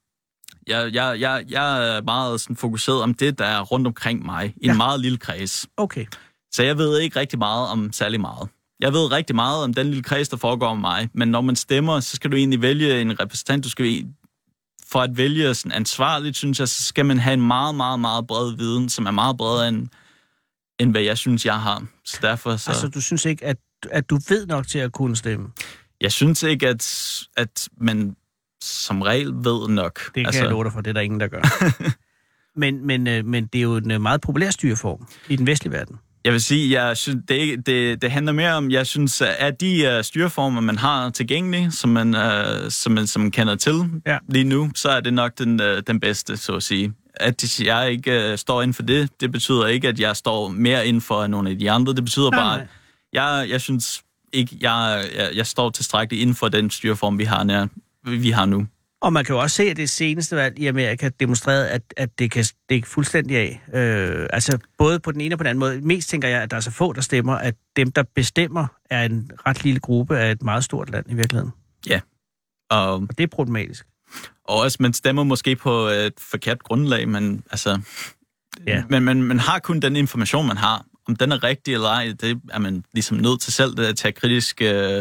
er meget sådan fokuseret om det, der er rundt omkring mig, i en meget lille kreds. Okay. Så jeg ved ikke rigtig meget om særlig meget. Jeg ved rigtig meget om den lille kreds, der foregår om mig, men når man stemmer, så skal du egentlig vælge en repræsentant. Du skal for at vælge sådan ansvarligt, synes jeg, så skal man have en meget, meget, meget bred viden, som er meget bredere end hvad jeg synes, jeg har. Så derfor så... Altså, du synes ikke, at du ved nok til at kunne stemme? Jeg synes ikke, at man som regel ved nok. Det kan jeg love dig for, det er der ingen, der gør. men det er jo en meget populær styreform i den vestlige verden. Jeg vil sige, jeg synes, det handler mere om, jeg synes, at de styreformer, man har tilgængelige, som man kender til lige nu, så er det nok den bedste, så at sige. At jeg ikke står inden for det betyder ikke, at jeg står mere inden for nogle af de andre. Det betyder bare, at jeg synes ikke, jeg står tilstrækkeligt inden for den styreform, vi har nu. Og man kan jo også se, at det seneste valg i Amerika demonstrerede, at det kan stikke fuldstændig af. Altså både på den ene og på den anden måde. Mest tænker jeg, at der er så få, der stemmer, at dem, der bestemmer, er en ret lille gruppe af et meget stort land i virkeligheden. Ja. Og det er problematisk. Og også, man stemmer måske på et forkert grundlag, men altså... Ja. Men man har kun den information, man har. Om den er rigtig eller ej, det er man ligesom nødt til selv at tage kritisk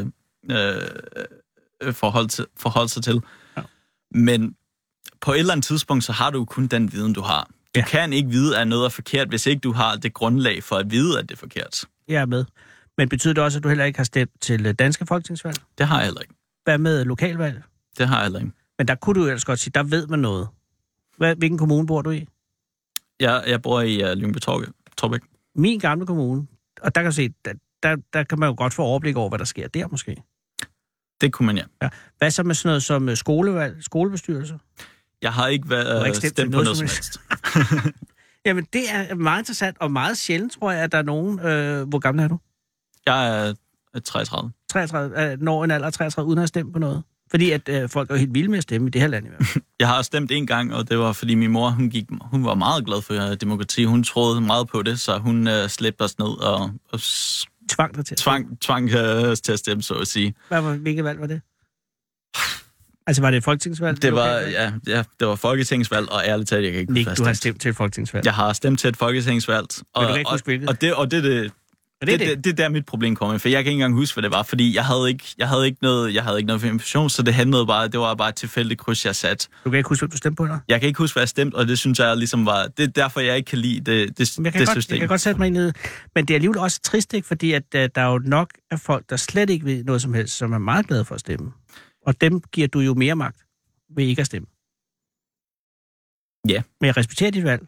forhold sig til. Ja. Men på et eller andet tidspunkt, så har du kun den viden, du har. Du kan ikke vide, at noget er forkert, hvis ikke du har det grundlag for at vide, at det er forkert. Jeg er med. Men betyder det også, at du heller ikke har stemt til danske folketingsvalg? Det har jeg heller ikke. Hvad med lokalvalg? Det har jeg heller ikke. Men der kunne du ellers godt sige, der ved man noget. Hvilken kommune bor du i? Jeg bor i Lyngby-Taarbæk. Min gamle kommune. Og der kan du se, der kan man jo godt få overblik over, hvad der sker der måske. Det kunne man, ja. Hvad så med sådan noget som skolevalg, skolebestyrelser? Jeg har ikke været stemt på noget som helst. Jamen, det er meget interessant, og meget sjældent, tror jeg, at der er nogen... hvor gammel er du? Jeg er 33. 33? Når en alder af 33, uden at have stemt på noget? Fordi at folk er helt vilde med at stemme i det her land i hvert fald. Jeg har stemt en gang, og det var fordi min mor, hun var meget glad for demokrati. Hun troede meget på det, så hun slæbte os ned og tvang dig til til at stemme, så at sige. Hvilket valg var det? Altså, var det et folketingsvalg? Det var folketingsvalg, og ærligt talt, jeg kan ikke huske. Du har stemt til et folketingsvalg? Jeg har stemt til et folketingsvalg. Men du kan ikke huske hvilket? Det er der mit problem kommer, for jeg kan ikke engang huske, hvad det var, fordi jeg havde ikke noget information, så det var bare et tilfældigt kryds, jeg sat. Du kan ikke huske, hvad du stemte på, eller? Jeg kan ikke huske, hvad jeg stemte, og det synes jeg ligesom var... Det er derfor, jeg ikke kan lide det system. Jeg kan godt sætte mig ind i det, men det er alligevel også trist, ikke? Fordi at der er jo nok af folk, der slet ikke ved noget som helst, som er meget glade for at stemme. Og dem giver du jo mere magt ved ikke at stemme. Ja. Men jeg respekterer dit valg.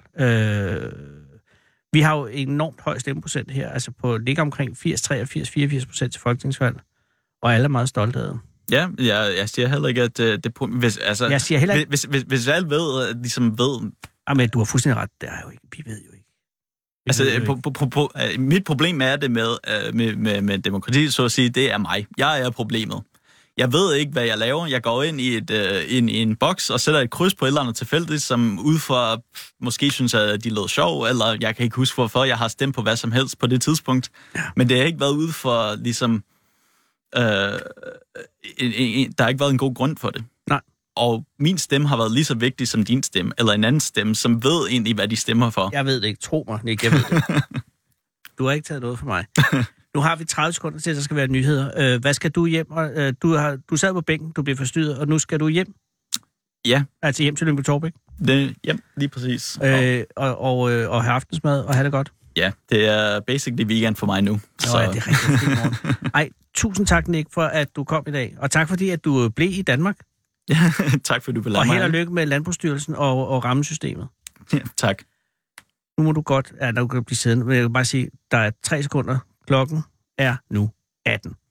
Vi har jo en enormt høj stemmeprocent her, altså ligger omkring 80-83-84% til folketingsvalg, og alle er meget stolte af det. Ja, jeg siger heller ikke, at jeg siger heller ikke... Hvis alle ved, ligesom ved... Jamen, du har fuldstændig ret, det er jo ikke, vi ved jo ikke. Mit problem er det med demokrati, så at sige, det er mig. Jeg er problemet. Jeg ved ikke, hvad jeg laver. Jeg går ind i en boks og sætter et kryds på et eller andet tilfældigt, som ud fra måske synes, at de lød sjov, eller jeg kan ikke huske, hvorfor jeg har stemt på hvad som helst på det tidspunkt. Ja. Men det har ikke været ud for, ligesom... der har ikke været en god grund for det. Nej. Og min stemme har været lige så vigtig som din stemme, eller en anden stemme, som ved egentlig, hvad de stemmer for. Jeg ved det ikke. Tro mig, Nick, jeg ved det. Du har ikke taget noget for mig. Nu har vi 30 sekunder til, at der skal være nyheder. Hvad skal du hjem? Du sad på bænken, du blev forstyrret, og nu skal du hjem? Ja. Altså hjem til Lyngby-Taarbæk? Ja, lige præcis. Og have aftensmad og have det godt? Ja, det er basically weekend for mig nu. Så ja, det er rigtig fint morgen. Ej, tusind tak, Nick, for at du kom i dag. Og tak fordi, at du blev i Danmark. Ja, tak for, at du vil lade mig. Og held og lykke med Landbrugsstyrelsen og rammesystemet. Ja, tak. Nu må du godt, du kan blive siddende, men jeg kan bare sige, der er 3 sekunder. Klokken er nu 18.